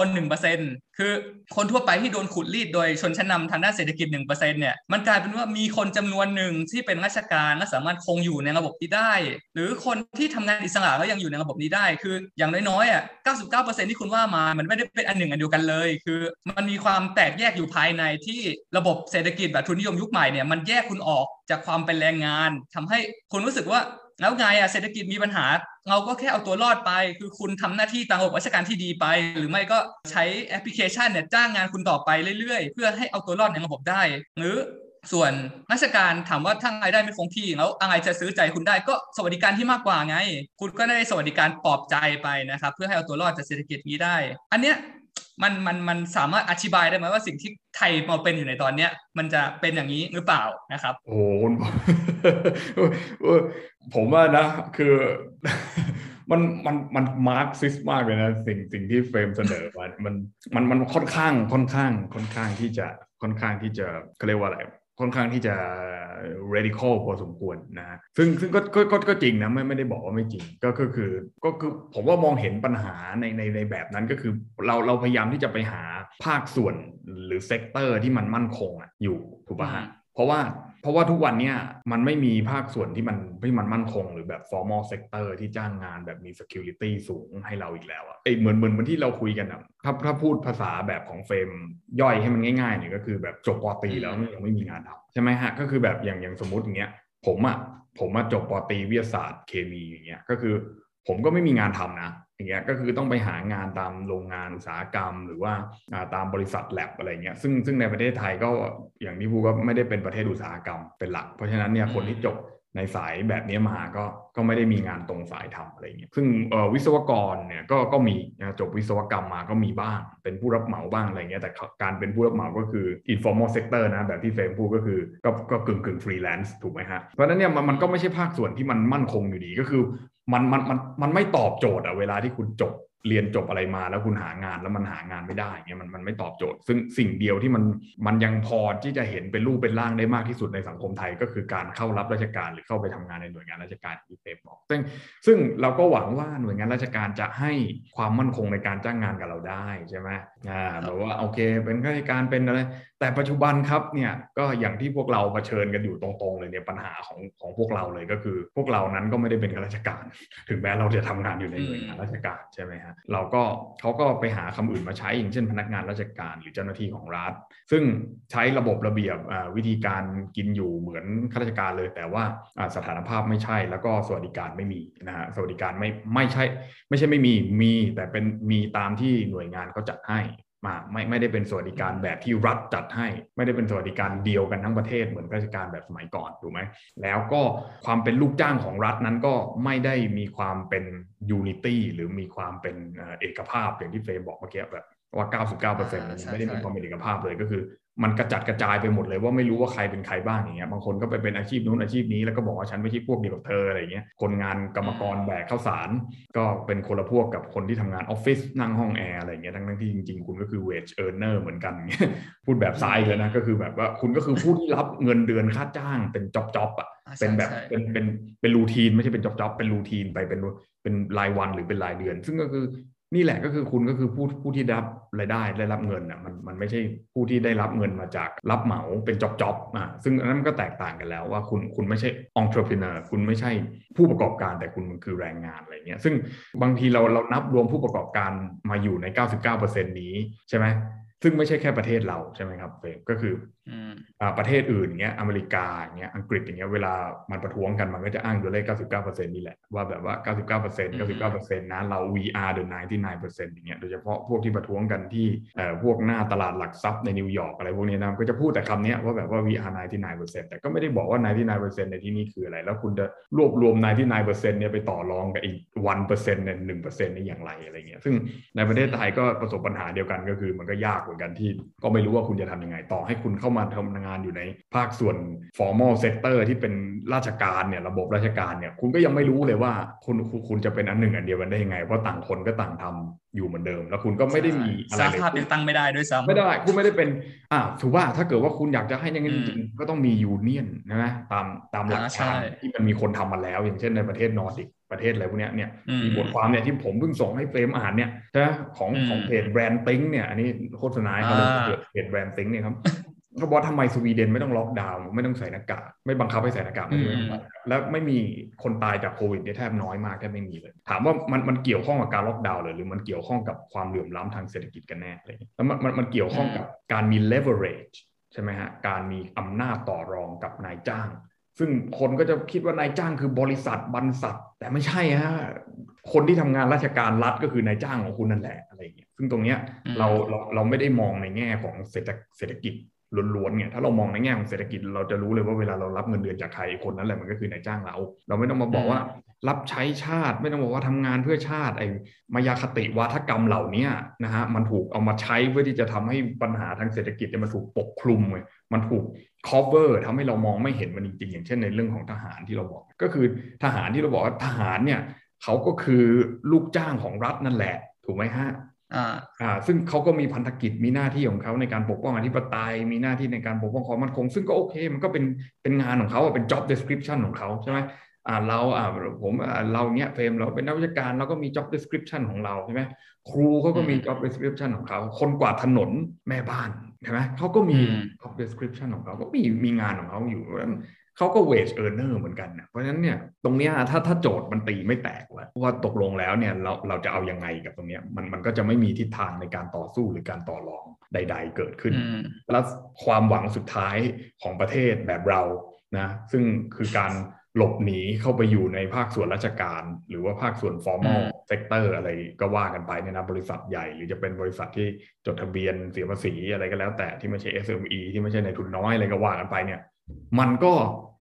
1% คือคนทั่วไปที่โดนขูดรีดโดยชนชั้นนำทางด้านเศรษฐกิจ 1% เนี่ยมันกลายเป็นว่ามีคนจำนวนหนึ่งที่เป็นราชการและสามารถคงอยู่ในระบบนี้ได้หรือคนที่ทำงานอิสระแล้วยังอยู่ในระบบนี้ได้คืออย่างน้อยๆ99% ที่คุณว่ามามันไม่ได้เป็นอันหนึ่งอันเดียวกันเลยคือมันมีความแตกแยกอยู่ภายในที่ระบบเศรษฐกิจแบบทุนนิยมยุคใหม่เนี่ยมันแยกคุณออกจากความเป็นแรงงานทำให้คุณรู้สึกว่าแล้วไงเศรษฐกิจมีปัญหาเราก็แค่เอาตัวรอดไปคือคุณทำหน้าที่ตามระบบราชการที่ดีไปหรือไม่ก็ใช้แอปพลิเคชันเนี่ยจ้างงานคุณต่อไปเรื่อยๆเพื่อให้เอาตัวรอดในระบบได้หรือส่วนราชการถามว่าถ้ารายได้ไม่คงที่แล้วอะไรจะซื้อใจคุณได้ก็สวัสดิการที่มากกว่าไงคุณก็ได้สวัสดิการปลอบใจไปนะครับเพื่อให้เอาตัวรอดจากเศรษฐกิจนี้ได้อันเนี้ยมันสามารถอธิบายได้ไหมว่าสิ่งที่ไทยมาเป็นอยู่ในตอนเนี้ยมันจะเป็นอย่างนี้หรือเปล่านะครับโอ้ผมว่านะคือมันมาร์กซิสมากเลยนะสิ่งที่เฟรมเสนอมามันค่อนข้างที่จะเขาเรียกว่าอะไรค่อนข้างที่จะ radical พอสมควรนะซึ่งก็จริงนะไม่ได้บอกว่าไม่จริงก็คือผมว่ามองเห็นปัญหาในแบบนั้นก็คือเราพยายามที่จะไปหาภาคส่วนหรือเซกเตอร์ที่มันมั่นคงอยู่ถูกป่ะฮะเพราะว่าทุกวันเนี้ยมันไม่มีภาคส่วนที่มันมั่นคงหรือแบบ formal sector ที่จ้างงานแบบมี security สูงให้เราอีกแล้วอ่ะเหมือนที่เราคุยกันอ่ะถ้าพูดภาษาแบบของเฟรมย่อยให้มันง่ายๆเนี่ยก็คือแบบจบป.ตรีแล้วยังไม่มีงานทำใช่ไหมฮะก็คือแบบอย่างสมมติอย่างเงี้ยผมจบป.ตรีวิทยาศาสตร์เคมีอย่างเงี้ยก็คือผมก็ไม่มีงานทำนะอย่างเงี้ยก็คือต้องไปหางานตามโรงงานอุตสาหกรรมหรือว่าตามบริษัทแลบอะไรเงี้ยซึ่งในประเทศไทยก็อย่างที่พูดก็ไม่ได้เป็นประเทศอุตสาหกรรมเป็นหลักเพราะฉะนั้นเนี่ยคนที่จบในสายแบบนี้มาก็ไม่ได้มีงานตรงสายทำอะไรเงี้ยซึ่งวิศวกรเนี่ยก็มีจบวิศวกรรมมาก็มีบ้างเป็นผู้รับเหมาบ้างอะไรเงี้ยแต่การเป็นผู้รับเหมาก็คือ informal sector นะแบบที่เฟรมพูดก็คือก็กึ่งฟรีแลนซ์ถูกไหมฮะเพราะนั้นเนี่ยมันก็ไม่ใช่ภาคส่วนที่มันมั่นคงอยู่ดีก็คือมันไม่ตอบโจทย์อะเวลาที่คุณเรียนจบอะไรมาแล้วคุณหางานแล้วมันหางานไม่ได้เงี้ยมันไม่ตอบโจทย์ซึ่งสิ่งเดียวที่มันยังพอที่จะเห็นเป็นรูปเป็นร่างได้มากที่สุดในสังคมไทยก็คือการเข้ารับราชการหรือเข้าไปทำงานในหน่วยงานราชการที่เฟรมบอกซึ่งเราก็หวังว่าหน่วยงานราชการจะให้ความมั่นคงในการจ้างงานกับเราได้ใช่ไหมแบบว่าโอเคเป็นข้าราชการเป็นอะไรแต่ปัจจุบันครับเนี่ยก็อย่างที่พวกเราเผชิญกันอยู่ตรงๆเลยเนี่ยปัญหาของพวกเราเลยก็คือพวกเรานั้นก็ไม่ได้เป็นข้าราชการถึงแม้เราจะทำงานอยู่ในหน่วยงานราชการใช่ไหมฮะเขาก็ไปหาคำอื่นมาใช้อย่างเช่นพนักงานราชการหรือเจ้าหน้าที่ของรัฐซึ่งใช้ระบบระเบียบวิธีการกินอยู่เหมือนข้าราชการเลยแต่ว่าสถานภาพไม่ใช่แล้วก็สวัสดิการไม่มีนะฮะสวัสดิการไม่ใช่ไม่มีแต่เป็นมีตามที่หน่วยงานเขาจัดให้ไม่ได้เป็นสวัสดิการแบบที่รัฐจัดให้ไม่ได้เป็นสวัสดิการเดียวกันทั้งประเทศเหมือนราชการแบบสมัยก่อนถูกไหมแล้วก็ความเป็นลูกจ้างของรัฐนั้นก็ไม่ได้มีความเป็นยูนิตี้หรือมีความเป็นเอกภาพอย่างที่เฟรมบอกเมื่อกี้แบบว่า 99% มันไม่ได้มีความเป็นเอกภาพเลยก็คือมันกระจัดกระจายไปหมดเลยว่าไม่รู้ว่าใครเป็นใครบ้างอย่างเงี้ยบางคนก็ไปเป็นอาชีพนู้นอาชีพนี้แล้วก็บอกว่าฉันไม่ใช่พวกเดียวกับเธออะไรเงี้ยคนงานกรรมกรแบกข้าวสารก็เป็นคนละพวกกับคนที่ทำงานออฟฟิศนั่งห้องแอร์อะไรเงี้ยทั้งที่จริงๆคุณก็คือ wage earner เหมือนกันพูดแบบซ้ายเลยนะก็คือแบบว่าคุณก็คือผู้ที่รับเงินเดือนค่าจ้างเป็นจ็อบอ่ะเป็นแบบเป็นรูทีนไม่ใช่เป็นจ็อบเป็นรูทีนไปเป็นรายวันหรือเป็นรายเดือนซึ่งก็คือนี่แหละก็คือคุณก็คือผู้ที่ได้รับรายได้รับเงินอ่ะมันไม่ใช่ผู้ที่ได้รับเงินมาจากรับเหมาเป็นจ็อบซึ่งอันนั้นก็แตกต่างกันแล้วว่าคุณไม่ใช่ entrepreneur คุณไม่ใช่ผู้ประกอบการแต่คุณคือแรงงานอะไรเงี้ยซึ่งบางทีเรานับรวมผู้ประกอบการมาอยู่ใน 99% นี้ใช่ไหมซึ่งไม่ใช่แค่ประเทศเราใช่ไหมครับเฟรมก็คือประเทศอื่นอย่างเงี้ยอเมริกาอย่างเงี้ยอังกฤษอย่างเงี้ยเวลามันประท้วงกันมันก็จะอ้างตัวเลข 99% นี่แหละว่าแบบว่า 99% นะเรา we are the 99% อย่างเงี้ยโดยเฉพาะพวกที่ประท้วงกันที่พวกหน้าตลาดหลักทรัพย์ในนิวยอร์กอะไรพวกนี้นะก็จะพูดแต่คำนี้ว่าแบบว่า we are 99% แต่ก็ไม่ได้บอกว่า 99% ในที่นี้คืออะไรแล้วคุณจะรวบรวม 99% เนี่ยไปต่อรองกับอีก 1% เนี่ย 1% นี่อย่างไรอะไรเงี้ยซึ่งในประเทศไทยก็ประสบปัญหาเดียวกันก็คือมันก็ยากเหมือนกันที่ก็ไม่รู้ว่าคุณจะทำยังไงต่อให้คุณเข้ามาทำงานอยู่ในภาคส่วน formal sector ที่เป็นราชการเนี่ยระบบราชการเนี่ยคุณก็ยังไม่รู้เลยว่าคุณจะเป็นอันหนึ่งอันเดียวกันได้ยังไงเพราะต่างคนก็ต่างทำอยู่เหมือนเดิมแล้วคุณก็ไม่ได้มีอะไรเลยสหภาพยังตั้งไม่ได้ด้วยซ้ำไม่ได้คุณไม่ได้เป็นถือว่าถ้าเกิดว่าคุณอยากจะให้อย่างนั้นจริงๆก็ต้องมียูเนียนนะตามหลักการที่มันมีคนทำมาแล้วอย่างเช่นในประเทศนอร์ดิกประเทศอะไรพวกนี้เนี่ยมีบทความเนี่ยที่ผมเพิ่งส่งให้เฟรมอ่านเนี่ยนะของเพจแบรนด์ติ้งเนี่ยอันนี้โฆษณาเขาเลยเพจแบรนด์ติ้งเนี่ยครับเขาบอกทำไมสวีเดนไม่ต้องล็อกดาวน์ไม่ต้องใส่หน้ากากไม่บังคับให้ใส่หน้ากากไม่ต้องใส่แล้วไม่มีคนตายจากโควิดเนี่ยแทบน้อยมากแทบไม่มีเลยถามว่ามันเกี่ยวข้องกับการล็อกดาวน์หรือมันเกี่ยวข้องกับความเหลื่อมล้ำทางเศรษฐกิจกันแน่อะไรอย่างเงี้ยแล้วมันเกี่ยวข้องกับการมี leverage ใช่ไหมฮะการมีอำนาจต่อรองกับนายจ้างซึ่งคนก็จะคิดว่านายจ้างคือบริษัทบรรษัทแต่ไม่ใช่ฮะคนที่ทำงานราชการรัฐก็คือนายจ้างของคุณนั่นแหละอะไรอย่างเงี้ยซึ่งตรงเนี้ยเราไม่ได้มองในแง่ของเศรษฐกิจล้วนๆเนี่ยถ้าเรามองในแง่ของเศรษฐกิจเราจะรู้เลยว่าเวลาเรารับเงินเดือนจากใครคนนั้นแหละมันก็คือนายจ้างเราไม่ต้องมาบอกว่ารับใช้ชาติไม่ต้องบอกว่าทำงานเพื่อชาติไอ้มายาคติวาทกรรมเหล่านี้นะฮะมันถูกเอามาใช้เพื่อที่จะทำให้ปัญหาทางเศรษฐกิจมันถูกปกคลุมเลยมันถูก cover ทำให้เรามองไม่เห็นมันจริงๆอย่างเช่นในเรื่องของทหารที่เราบอกก็คือทหารที่เราบอกว่าทหารเนี่ยเขาก็คือลูกจ้างของรัฐนั่นแหละถูกไหมฮะซึ่งเขาก็มีพันธกิจมีหน้าที่ของเขาในการปกป้องอธิปไตยมีหน้าที่ในการปกป้องความมั่นคงซึ่งก็โอเคมันก็เป็นงานของเขาเป็น job description ของเขาใช่ไหมเราเนี้ยเฟรมเราเป็นนักวิชาการเราก็มี job description ของเราใช่ไหมครูเขาก็มี job description ของเขาคนกวาดถนนแม่บ้านใช่ไหมเขาก็มี job description ของเขาก็มีงานของเขาอยู่เขาก็ wage earner เหมือนกันนะเพราะฉะนั้นเนี่ยตรงเนี้ยถ้าโจทย์มันตีไม่แตกว่าตกลงแล้วเนี่ยเราจะเอายังไงกับตรงเนี้ยมันก็จะไม่มีทิศทางในการต่อสู้หรือการต่อรองใดๆเกิดขึ้นแล้วความหวังสุดท้ายของประเทศแบบเรานะซึ่งคือการหลบหนีเข้าไปอยู่ในภาคส่วนราชการหรือว่าภาคส่วน formal sector อะไรก็ว่ากันไปเนี่ยนะบริษัทใหญ่หรือจะเป็นบริษัทที่จดทะเบียนเสียภาษีอะไรก็แล้วแต่ที่ไม่ใช่ SME ที่ไม่ใช่ในทุนน้อยอะไรก็ว่ากันไปเนี่ยมันก็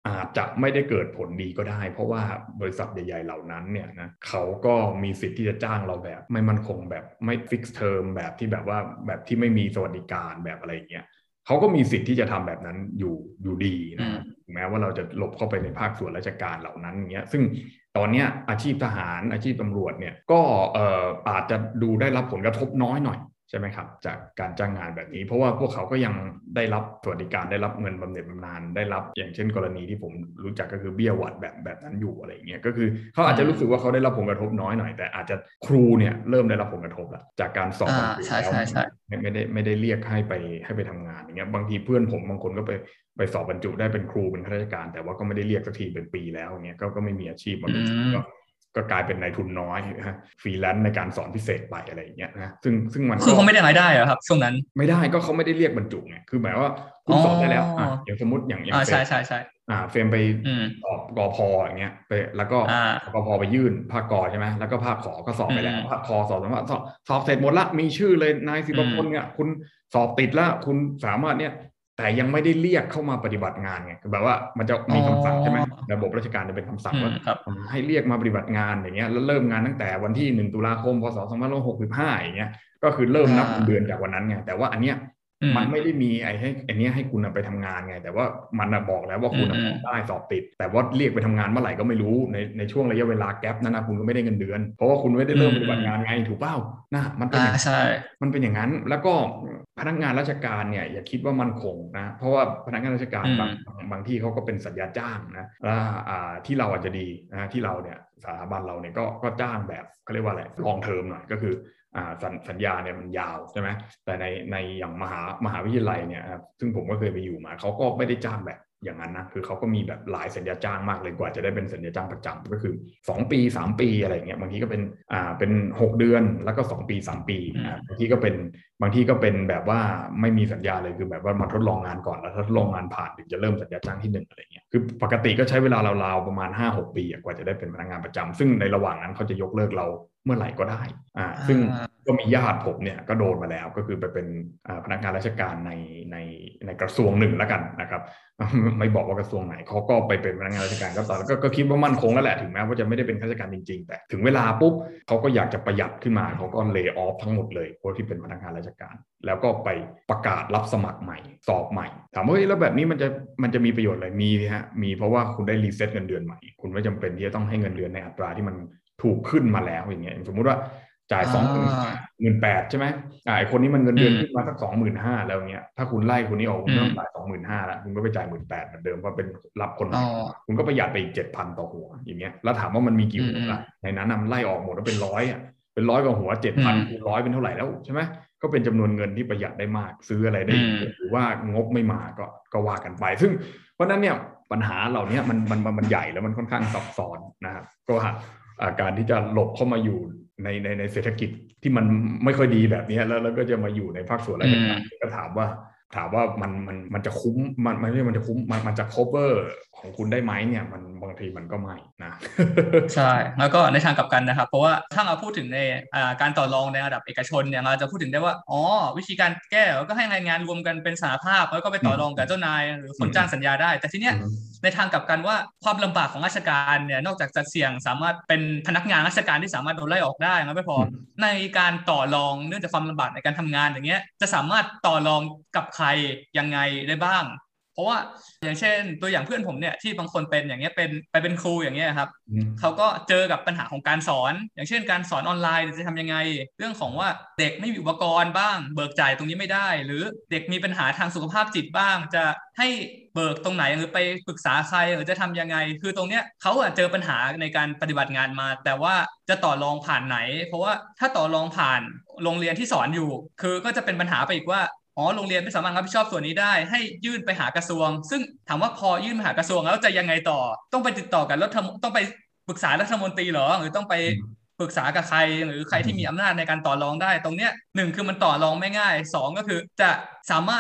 อาจจะไม่ได้เกิดผลดีก็ได้เพราะว่าบริษัทใหญ่ๆเหล่านั้นเนี่ยนะเขาก็มีสิทธิ์ที่จะจ้างเราแบบไม่มั่นคงแบบไม่ฟิกซ์เทอมแบบที่แบบว่าแบบที่ไม่มีสวัสดิการแบบอะไรอย่างเงี้ยเขาก็มีสิทธิ์ที่จะทำแบบนั้นอยู่ดีนะครับแม้ว่าเราจะหลบเข้าไปในภาคส่วนราชการเหล่านั้นอย่างเงี้ยซึ่งตอนนี้อาชีพทหารอาชีพตำรวจเนี่ยก็อาจจะดูได้รับผลกระทบน้อยหน่อยใช่ไหมครับจากการจ้างงานแบบนี้เพราะว่าพวกเขาก็ยังได้รับสวัสดิการได้รับเงินบำเหน็จบำนาญได้รับอย่างเช่นกรณีที่ผมรู้จักก็คือเบี้ยหวัดแบบนั้นอยู่อะไรเงี้ยก็คือเขาอาจจะรู้สึกว่าเขาได้รับผลกระทบน้อยหน่อยแต่อาจจะครูเนี่ยเริ่มได้รับผลกระทบแล้วจากการสอบบรรจุแล้วไม่ได้เรียกให้ไปทำงานอย่างเงี้ยบางทีเพื่อนผมบางคนก็ไปสอบบรรจุได้เป็นครูเป็นข้าราชการแต่ว่าก็ไม่ได้เรียกสักทีเป็นปีแล้วเงี้ยก็ไม่มีอาชีพมาเป็นก็กลายเป็นนายทุนน้อยฟรีแลนซ์ในการสอนพิเศษไปอะไรอย่างเงี้ยนะซึ่งมันคือเขาไม่ได้รายได้เหรอครับช่วงนั้นไม่ได้ก็เขาไม่ได้เรียกบรรจุไงคือหมายว่าคุณสอบได้แล้วอย่างสมมติอย่างใช่เฟรมไปสอบกพอย่างเงี้ยไปแล้วก็กพไปยื่นภาคกใช่ไหมแล้วก็ภาคขอก็สอบไปแล้วภาคคสอบสอบเสร็จหมดละมีชื่อเลยนายศิรพลเนี่ยคุณสอบติดแล้วคุณสามารถเนี่ยแต่ยังไม่ได้เรียกเข้ามาปฏิบัติงานไงคือแบบว่ามันจะมีคำสั่งใช่ไหมระบบราชการจะเป็นคำสั่งว่าให้เรียกมาปฏิบัติงานอย่างเงี้ยแล้วเริ่มงานตั้งแต่วันที่1 ตุลาคมพศ2565อย่างเงี้ยก็คือเริ่มนับเดือนจากวันนั้นไงแต่ว่าอันเนี้ยมันไม่ได้มีไอ้นี้ให้คุณไปทำงานไงแต่ว่ามันบอกแล้วว่าคุณสอบได้สอบติดแต่ว่าเรียกไปทำงานเมื่อไหร่ก็ไม่รู้ในช่วงระยะเวลาแกปนั้นนะคุณก็ไม่ได้เงินเดือนเพราะว่าคุณไม่ได้เริ่มปฏิบัติงานไงถูกเปล่านะมันเป็นอย่างนั้นแล้วก็พนักงานราชการเนี่ยอย่าคิดว่ามันคงนะเพราะว่าพนักงานราชการบางที่เขาก็เป็นสัญญาจ้างนะแล้วที่เราอาจจะดีนะที่เราเนี่ยสถาบันเราเนี่ยก็จ้างแบบเขาเรียกว่าอะไรลองเทอมหน่อยก็คือสัญญาเนี่ยมันยาวใช่ไหมแต่ในอย่างมหาวิทยาลัยเนี่ยซึ่งผมก็เคยไปอยู่มาเขาก็ไม่ได้จ้างแบบอย่างนั้นนะคือเขาก็มีแบบหลายสัญญาจ้างมากเลยกว่าจะได้เป็นสัญญาจ้างประจำก็คือ2 ปี 3 ปีอะไรเงี้ยบางทีก็เป็น6 เดือนแล้วก็2 ปี 3 ปีบางทีก็เป็นแบบว่าไม่มีสัญญาเลยคือแบบว่ามาทดลองงานก่อนแล้วถ้าทดลองงานผ่านถึงจะเริ่มสัญญาจ้างที่1อะไรเงี้ยคือปกติก็ใช้เวลาราวๆประมาณ 5-6 ปีกว่าจะได้เป็นพนักงานประจำซึ่งในระหว่างนั้นเขาจะยกเลิกเราเมื่อไหร่ก็ได้ซึ่งก็มีญาติผมเนี่ยก็โดนมาแล้วก็คือไปเป็นพนักงานราชการในกระทรวงหนึ่งแล้วกันนะครับไม่บอกว่ากระทรวงไหนเขาก็ไปเป็นพนักงานราชการก็ตอนแล้วก็คิดว่ามั่นคงแล้วแหละถึงแม้ว่าจะไม่ได้เป็นข้าราชการจริงๆแต่ถึงเวลาปุ๊บเขาก็อยากจะประหยัดขึ้นมาเขาก็เลย์ออฟทั้งหมดเลยพวกที่เป็นพนักงานราชการแล้วก็ไปประกาศรับสมัครใหม่สอบใหม่ถามว่าแล้วแบบนี้มันจะมีประโยชน์อะไรมีฮะมีเพราะว่าคุณได้รีเซ็ตเงินเดือนใหม่คุณไม่จำเป็นที่จะต้องให้เงินเดือนในอัตราที่มันถูกขึ้นมาแล้วอย่างเงี้ยสมมุติว่าจ่าย28,000ใช่ไหมไอ้คนนี้มันเงินเดือนขึ้นมาสัก25,000แล้วเงี้ยถ้าคุณไล่คนนี้ออกคุณเริ่มจ่าย25,000แล้วคุณก็ไปจ่าย18,000เหมือนเดิมเพราะเป็นรับคนใหม่คุณก็ประหยัดไปอีก7,000ต่อหัวอย่างเงี้ยแล้วถามว่ามันมีกี่หัวล่ะในนั้นมันไล่ออกหมดแล้วเป็น100เป็น100กว่าหัว7,000คูณ100เป็นเท่าไหร่แล้วใช่ไหมก็เป็นจำนวนเงินที่ประหยัดได้มากซื้ออะไรได้หรือว่างบไม่มาก็ว่ากันไปซึ่งเพราะนั้นเนี่ยปัญหาเหล่านี้มันใหญ่แล้วมันค่อนข้างซับซ้อนนะครับก็การที่จะหลบเข้ามาอยู่ในเศรษฐกิจที่มันไม่ค่อยดีแบบนี้แล้วก็จะมาอยู่ในภาคส่วนราชการก็ถามว่ามันจะคุ้มมันไม่ใช่มันจะคุ้มมันจะ cover ของคุณได้ไหมเนี่ยมันบางทีมันก็ไม่นะใช่แล้วก็ในทางกลับกันนะครับเพราะว่าถ้าเราพูดถึงในการต่อรองในระดับเอกชนเนี่ยเราจะพูดถึงได้ว่าวิธีการแก้ก็ให้แรงงานรวมกันเป็นสหภาพแล้วก็ไปต่อรองกับเจ้านายหรือคนจ้างสัญญาได้แต่ทีเนี้ยในทางกลับกันว่าความลำบากของราชการเนี่ยนอกจากจะเสี่ยงสามารถเป็นพนักงานราชการที่สามารถโดนไล่ออกได้ไม่พอในการต่อรองเนื่องจากความลำบากในการทำงานอย่างเงี้ยจะสามารถต่อรองกับใครยังไงได้บ้างเพราะว่าอย่างเช่นตัวอย่างเพื่อนผมเนี่ยที่บางคนเป็นอย่างเงี้ยเป็นครูอย่างเงี้ยครับเขาก็เจอกับปัญหาของการสอนอย่างเช่นการสอนออนไลน์จะทำยังไงเรื่องของว่าเด็กไม่มีอุปกรณ์บ้างเบิกจ่ายตรงนี้ไม่ได้หรือเด็กมีปัญหาทางสุขภาพจิตบ้างจะให้เบิกตรงไหนหรือไปปรึกษาใครหรือจะทำยังไงคือตรงเนี้ยเขาเจอปัญหาในการปฏิบัติงานมาแต่ว่าจะต่อรองผ่านไหนเพราะว่าถ้าต่อรองผ่านโรงเรียนที่สอนอยู่คือก็จะเป็นปัญหาไปอีกว่าโรงเรียนไม่สามารถรับผิดชอบส่วนนี้ได้ให้ยื่นไปหากระทรวงซึ่งถามว่าพอยื่นไปหากระทรวงแล้วจะยังไงต่อต้องไปติดต่อกับต้องไปปรึกษารัฐมนตรีหรอหรือต้องไปปรึกษากับใครหรือใครที่มีอำนาจในการต่อรองได้ตรงเนี้ย1คือมันต่อรองไม่ง่าย2ก็คือจะสามารถ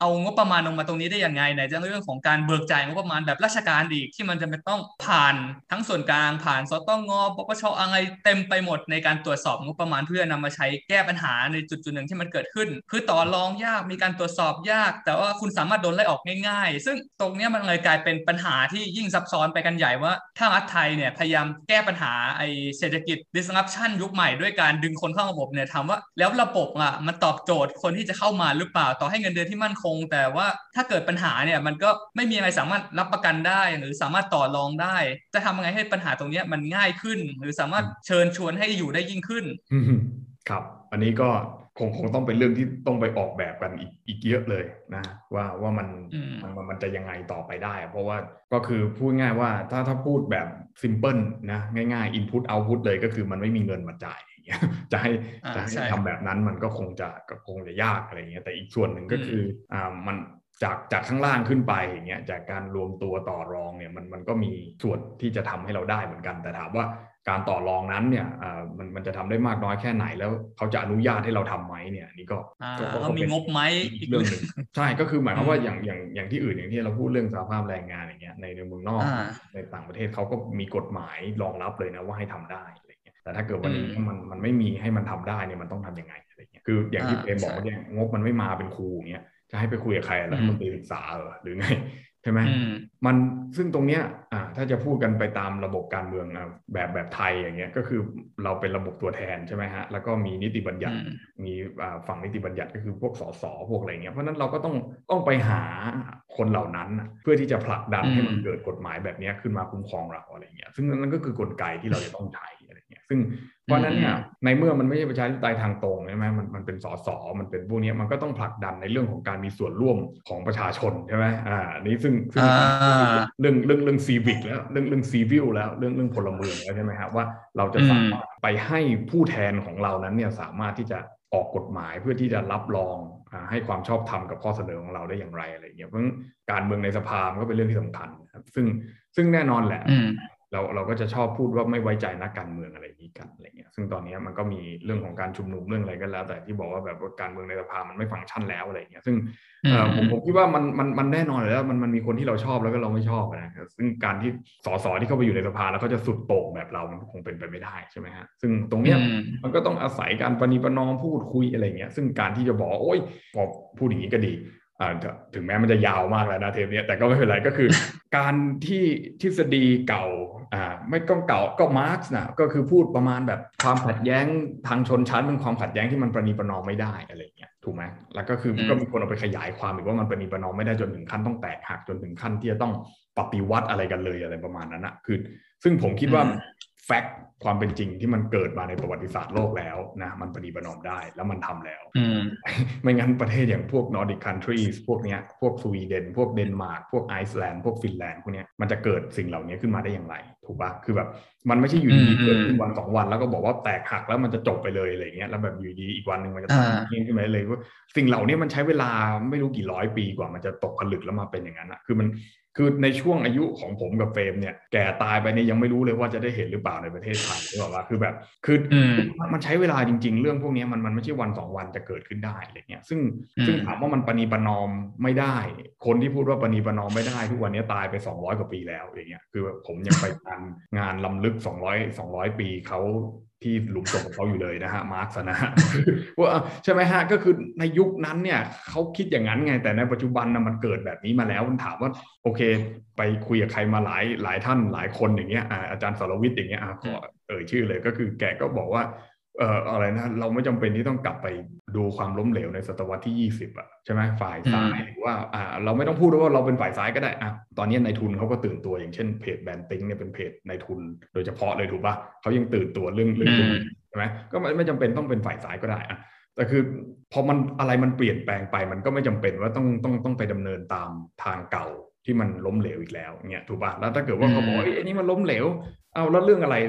เอางบประมาณลงมาตรงนี้ได้ยังไงไหนจะเรื่องของการเบิกจ่ายงบประมาณแบบราชการอีกที่มันจะไม่ต้องผ่านทั้งส่วนกลางผ่านสตงปปชอะไรเต็มไปหมดในการตรวจสอบงบประมาณเพื่อนำมาใช้แก้ปัญหาในจุดหนึ่งที่มันเกิดขึ้นคือต่อรองยากมีการตรวจสอบยากแต่ว่าคุณสามารถโดนไล่ออกง่ายๆซึ่งตรงนี้มันเลยกลายเป็นปัญหาที่ยิ่งซับซ้อนไปกันใหญ่ว่าถ้ารัฐไทยเนี่ยพยายามแก้ปัญหาไอ้เศรษฐกิจ disruption ยุคใหม่ด้วยการดึงคนเข้าระบบเนี่ยถามว่าแล้วระบบมันตอบโจทย์คนที่จะเข้ามาหรือเปล่าต่อให้เงินเดือนที่มั่นคงแต่ว่าถ้าเกิดปัญหาเนี่ยมันก็ไม่มีอะไรสามารถรับประกันได้หรือสามารถต่อรองได้จะทำยังไงให้ปัญหาตรงนี้มันง่ายขึ้นหรือสามารถเชิญชวนให้อยู่ได้ยิ่งขึ้นครับอันนี้ก็คงต้องเป็นเรื่องที่ต้องไปออกแบบกันอีกเยอะเลยนะว่ามันจะยังไงต่อไปได้เพราะว่าก็คือพูดง่ายว่าถ้าพูดแบบซิมเพิลนะง่ายๆ input output เลยก็คือมันไม่มีเงินมาจ่ายอย่างเงี้ยจะให้ทำแบบนั้นมันก็คงจะยากอะไรเงี้ยแต่อีกส่วนหนึ่งก็คือมันจากข้างล่างขึ้นไปอย่างเงี้ยจากการรวมตัวต่อรองเนี่ยมันก็มีส่วนที่จะทำให้เราได้เหมือนกันแต่ถามว่าการต่อรองนั้นเนี่ยมันจะทำได้มากน้อยแค่ไหนแล้วเขาจะอนุญาตให้เราทำไหมเนี่ยนี่ก็มีงบไหมอีกเรื่องหนึ่งใช่ก็คือหมายความว่าอย่างที่อื่นอย่างที่เราพูดเรื่องสหภาพแรงงานอย่างเงี้ยในเมืองนอกในต่างประเทศเขาก็มีกฎหมายรองรับเลยนะว่าให้ทำได้อะไรเงี้ยแต่ถ้าเกิดวันนี้มันไม่มีให้มันทำได้เนี่ยมันต้องทำยังไงอะไรเงี้ยคืออย่างที่เอ็มบอกว่าเนี่ยงบมันไม่มาเป็นครูอย่างเงี้ยจะให้ไปคุยกับใครรัฐมนตรีศึกษาหรือไงใช่ไหมมันซึ่งตรงเนี้ยถ้าจะพูดกันไปตามระบบการเมืองแบบไทยอย่างเงี้ยก็คือเราเป็นระบบตัวแทนใช่ไหมฮะแล้วก็มีนิติบัญญัติมีฝั่งนิติบัญญัติก็คือพวกสสพวกอะไรเงี้ยเพราะนั้นเราก็ต้องไปหาคนเหล่านั้นเพื่อที่จะผลักดันให้มันเกิดกฎหมายแบบนี้ขึ้นมาคุ้มครองเราอะไรเงี้ยซึ่งนั่นก็คือกลไกที่เราจะต้องใช้อะไรเงี้ยซึ่งเพราะนั้นเนี่ยในเมื่อมันไม่ใช่ประชาธิปไตยทางตรงใช่ไหมมันเป็นสสมันเป็นพวกนี้มันก็ต้องผลักดันในเรื่องของการมีส่วนร่วมของประชาชนใช่ไหมนี้ซึ่งเรื่องซีวิกแล้วเรื่องซีวิลแล้วเรื่องพลเมืองแล้วใช่ไหมครับว่าเราจะสามารถไปให้ผู้แทนของเรานั้นเนี่ยสามารถที่จะออกกฎหมายเพื่อที่จะรับรองให้ความชอบธรรมกับข้อเสนอของเราได้อย่างไรอะไรอย่างเงี้ยเพราะการเมืองในสภาก็เป็นเรื่องที่สำคัญครับซึ่งแน่นอนแหละเราก็จะชอบพูดว่าไม่ไว้ใจนักการเมืองอะไรอย่างนี้กันอะไรเงี้ยซึ่งตอนนี้มันก็มีเรื่องของการชุมนุมเรื่องอะไรกันแล้วแต่ที่บอกว่าแบบการเมืองในสภามันไม่ฟังก์ชันแล้วอะไรเงี้ยซึ่งผมคิดว่ามันแน่นอนเลยแล้วมันมีคนที่เราชอบแล้วก็เราไม่ชอบนะครับซึ่งการที่สสที่เข้าไปอยู่ในสภาแล้วเขาจะสุดโต่งแบบเรามันคงเป็นไปไม่ได้ใช่ไหมฮะซึ่งตรงเนี้ยมันก็ต้องอาศัยการประนีประนอมพูดคุยอะไรเงี้ยซึ่งการที่จะบอกโอ๊ยพอพูดอย่างนี้ก็ดีถึงแม้มันจะยาวมากแล้วนะเทปนี้แต่ก็ไม่เป็นไรก็คือการที่ทฤษฎีเก่าไม่ก็เก่าก็มาร์กซ์นะก็คือพูดประมาณแบบความขัดแย้งทางชนชั้นเป็นความขัดแย้งที่มันประนีประนอมไม่ได้อะไรเงี้ยถูกไหมแล้วก็คือก็มีคนเอาไปขยายความอีกว่ามันประนีประนอมไม่ได้จนถึงขั้นต้องแตกหักจนถึงขั้นที่จะต้องปฏิวัติอะไรกันเลยอะไรประมาณนั้นนะคือซึ่งผมคิดว่าแฟกต์ความเป็นจริงที่มันเกิดมาในประวัติศาสตร์โลกแล้วนะมันประนีประนอมได้แล้วมันทำแล้วไม่งั้นประเทศอย่างพวก Nordic countries พวกเนี้ยพวกสวีเดนพวกเดนมาร์กพวกไอซ์แลนด์พวกฟินแลนด์พวกเนี้ยมันจะเกิดสิ่งเหล่านี้ขึ้นมาได้อย่างไรถูกปะคือแบบมันไม่ใช่อยู่ดีเกิดขึ้นวัน2วันแล้วก็บอกว่าแตกหักแล้วมันจะจบไปเลยอะไรเงี้ยแล้วแบบอยู่ดีอีกวันนึงมันจะตั้งขึ้นมาเลยว่าสิ่งเหล่านี้มันใช้เวลาไม่รู้กี่ร้อยปีกว่ามันจะตกผลึกแล้วมาเป็นอย่างนั้นอะคือในช่วงอายุของผมกับเฟรมเนี่ยแก่ตายไปเนี่ยยังไม่รู้เลยว่าจะได้เห็นหรือเปล่าในประเทศไทยหรือเปล่าว่าคือแบบคือมันใช้เวลาจริงๆเรื่องพวกนี้มันไม่ใช่วัน2วันจะเกิดขึ้นได้อะไรเงี้ยซึ่งถามว่ามันประนีประนอมไม่ได้คนที่พูดว่าประนีประนอมไม่ได้ทุกวันนี้ตายไป200กว่าปีแล้วอย่างเงี้ยคือผมยังไปงานล้ำลึก200ปีเขาที่หลุมศพของเขาอยู่เลยนะฮะมาร์กซ์นะฮะว่าใช่ไหมฮะก็คือในยุคนั้นเนี่ยเขาคิดอย่างนั้นไงแต่ในปัจจุบันนะมันเกิดแบบนี้มาแล้วมันถามว่าโอเคไปคุยกับใครมาหลายท่านหลายคนอย่างเงี้ยอาจารย์สรวิทย์อย่างเงี้ยขอชื่อเลยก็คือแกก็บอกว่าอะไรนะเราไม่จำเป็นที่ต้องกลับไปดูความล้มเหลวในศตวรรษที่20อ่ะใช่ไหมฝ่ายซ้ายหรือว่าเราไม่ต้องพูดว่าเราเป็นฝ่ายซ้ายก็ได้ตอนนี้นายทุนเขาก็ตื่นตัวอย่างเช่นเพจแบนติ้งเนี่ยเป็นเพจนายทุนโดยเฉพาะเลยถูกป่ะเขายังตื่นตัวเรื่องใช่ไหมก็ไม่จำเป็นต้องเป็นฝ่ายซ้ายก็ได้แต่คือพอมันอะไรมันเปลี่ยนแปลงไปมันก็ไม่จำเป็นว่าต้องไปดำเนินตามทางเก่าที่มันล้มเหลวอีกแล้วเนี่ยถูกป่ะแล้วถ้าเกิดว่าเขาบอกไอ้นี่มันล้มเหลวแล้วเรื่องอะไร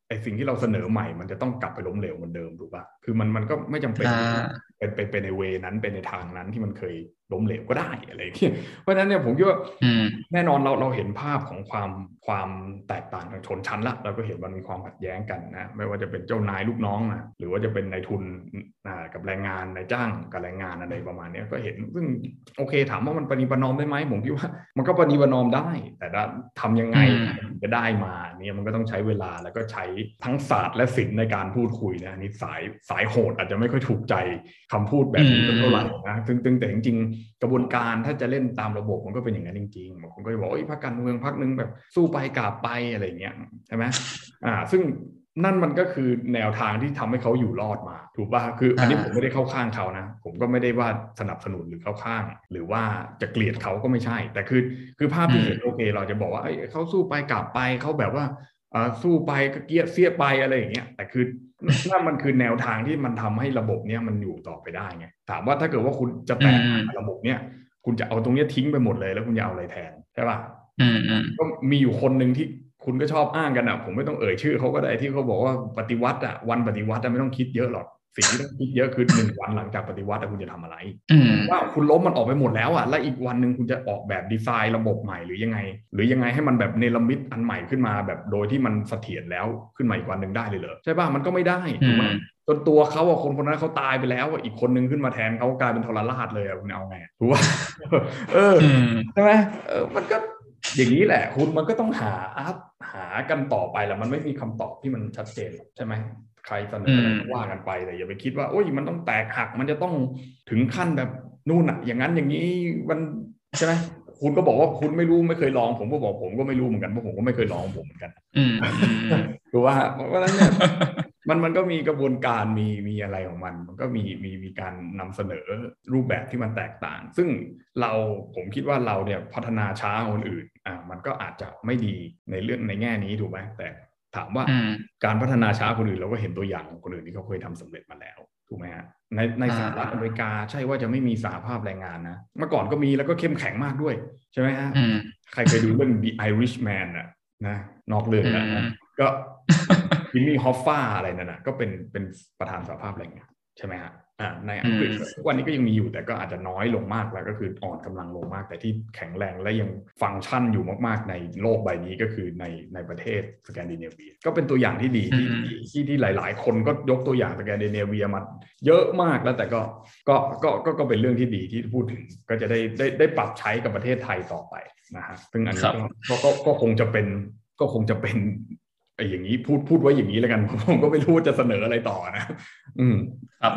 ไอ้สิ่งที่เราเสนอใหม่มันจะต้องกลับไปล้มเหลวเหมือนเดิมถูกป่ะคือมันก็ไม่จำเป็นเป็นในเวนั้นเป็นในทางนั้นที่มันเคยล้มเหลวก็ได้อะไรอย่างเงี้ยเพราะฉะนั้นเนี่ยผมคิดว่าแน่นอนเราเห็นภาพของความแตกต่างทางชนชั้นละเราก็เห็นมันมีความขัดแย้งกันนะไม่ว่าจะเป็นเจ้านายลูกน้องนะหรือว่าจะเป็นนายทุนกับแรงงานนายจ้างกับแรงงานอะไรประมาณนี้ก็เห็นซึ่งโอเคถามว่ามันประนีประนอมได้ไหมผมคิดว่ามันก็ประนีประนอมได้แต่ทำยังไงจะได้มาเนี่ยมันก็ต้องใช้เวลาแล้วก็ใช้ทั้งศาสตร์และศิลป์ในการพูดคุยนะนี่สายโหดอาจจะไม่ค่อยถูกใจคำพูดแบบนี้เท่าไหร่นะซึ่งแต่จริงๆกระบวนการถ้าจะเล่นตามระบบมันก็เป็นอย่างนั้นจริงๆบางคนก็จะบอกพรรคการเมืองพรรคนึงแบบสู้ไปกราบไปอะไรเงี้ยใช่ไหมซึ่งนั่นมันก็คือแนวทางที่ทำให้เขาอยู่รอดมาถูกป่ะคืออันนี้ผมไม่ได้เข้าข้างเขานะผมก็ไม่ได้ว่าสนับสนุนหรือเข้าข้างหรือว่าจะเกลียดเขาก็ไม่ใช่แต่คือภาพที่เห็นโอเคเราจะบอกว่าเขาสู้ไปกลับไปเขาแบบว่าสู้ไปก็เกียดเสียไปอะไรอย่างเงี้ยแต่คือนั่นมันคือแนวทางที่มันทำให้ระบบเนี้ยมันอยู่ต่อไปได้ไงถามว่าถ้าเกิดว่าคุณจะแตกระบบเนี้ยคุณจะเอาตรงนี้ทิ้งไปหมดเลยแล้วคุณจะเอาอะไรแทนใช่ป่ะก็มีอยู่คนหนึ่งที่คุณก็ชอบอ้างกันผมไม่ต้องเอ่ยชื่อเขาก็ได้ที่เขาบอกว่าปฏิวัติวันปฏิวัติไม่ต้องคิดเยอะหรอกสิ่งที่ต้องคิดเยอะคือ1 วันหลังจากปฏิวัติคุณจะทำอะไรว่าคุณล้มมันออกไปหมดแล้วแล้วอีกวันหนึ่งคุณจะออกแบบดีไซน์ระบบใหม่หรือยังไงให้มันแบบเนรมิตอันใหม่ขึ้นมาแบบโดยที่มันเสถียรแล้วขึ้นมาอีกวันหนึ่งได้เลยเหรอใช่ป่ะมันก็ไม่ได้ถูกไหมจนตัวเขาคนนั้นเขาตายไปแล้วอีกคนนึงขึ้นมาแทนเขากลายเป็นทรราชเลยคุณเอาไงถูกป่ะใช่ไหมมันก็อย่างนี้แหละคุณมันก็ต้องหากันต่อไปแหละมันไม่มีคำตอบที่มันชัดเจนใช่ไหมใครเสนอว่ากันไปแต่อย่าไปคิดว่าโอ้ยมันต้องแตกหักมันจะต้องถึงขั้นแบบนู่นอย่างนั้นอย่างนี้มันใช่ไหมคุณก็บอกว่าคุณไม่รู้ไม่เคยลองผมก็บอกผมก็ไม่รู้เหมือนกันเพราะผมก็ไม่เคยลองผมเหมือนกันคือว่าเพราะฉะนั้นเนี่ยมันก็มีกระบวนการมีอะไรของมันก็มีการนำเสนอรูปแบบที่มันแตกต่างซึ่งผมคิดว่าเราเนี่ยพัฒนาช้าคนอื่นมันก็อาจจะไม่ดีในแง่นี้ถูกไหมแต่ถามว่าการพัฒนาช้าคนอื่นเราก็เห็นตัวอย่างของคนอื่นที่เขาเคยทำสำเร็จมาแล้วถูกไหมฮะในสหรัฐอเมริกาใช่ว่าจะไม่มีสหภาพแรงงานนะเมื่อก่อนก็มีแล้วก็เข้มแข็งมากด้วยใช่ไหมฮะใครเคยดูเรื่อง The Irishman นะนอกเรื่องแล้วนะก็จิมมี่ฮอฟฟ้าอะไรนั่นนะก็เป็นประธานสหภาพแรงงานใช่ไหมฮะในอังกฤษทุกวันนี้ก็ยังมีอยู่แต่ก็อาจจะน้อยลงมากแล้วก็คืออ่อนกำลังลงมากแต่ที่แข็งแรงและยังฟังก์ชันอยู่มากๆในโลกใบนี้ก็คือในประเทศสแกนดิเนเวียก็เป็นตัวอย่างที่ดีที่หลายๆคนก็ยกตัวอย่างสแกนดิเนเวียมาเยอะมากแล้วแต่ก็เป็นเรื่องที่ดีที่พูดถึงก็จะได้ปรับใช้กับประเทศไทยต่อไปนะฮะซึ่งอันนี้ก็คงจะเป็นอย่างนี้พูดไว้อย่างนี้แล้วกันผมก็ไม่รู้จะเสนออะไรต่อนะครับ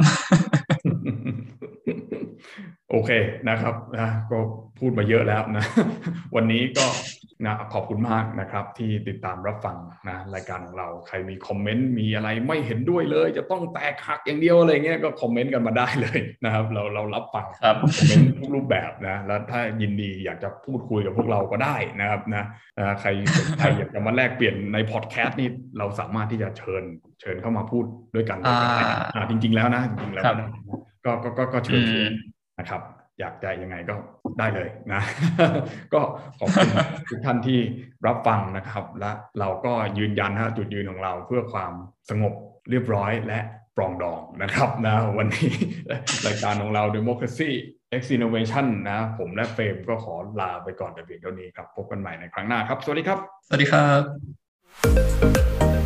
โอเคนะครับก็พูดมาเยอะแล้วนะวันนี้ก็นะขอบคุณมากนะครับที่ติดตามรับฟังนะรายการของเราใครมีคอมเมนต์มีอะไรไม่เห็นด้วยเลยจะต้องแตกหักอย่างเดียวอะไรเงี้ยก็คอมเมนต์กันมาได้เลยนะครับเรารับฟังคอมเมนต์ทุกรูปแบบนะแล้วถ้ายินดีอยากจะพูดคุยกับพวกเราก็ได้นะครับนะใครอยากจะมาแลกเปลี่ยนในพอดแคสต์นี่เราสามารถที่จะเชิญเข้ามาพูดด้วยกันจริงๆแล้วนะจริงๆแล้วก็เชิญนะครับอยากจะยังไงก็ได้เลยนะ ก็ขอบคุณทุกท่านที่รับฟังนะครับและเราก็ยืนยันจุดยืนของเราเพื่อความสงบเรียบร้อยและปรองดองนะครับนะวันนี้รายการของเรา Democracy X Innovation นะผมและเฟรมก็ขอลาไปก่อนแต่เพียงเท่านี้ครับพบกันใหม่ในครั้งหน้าครับสวัสดีครับสวัสดีครับ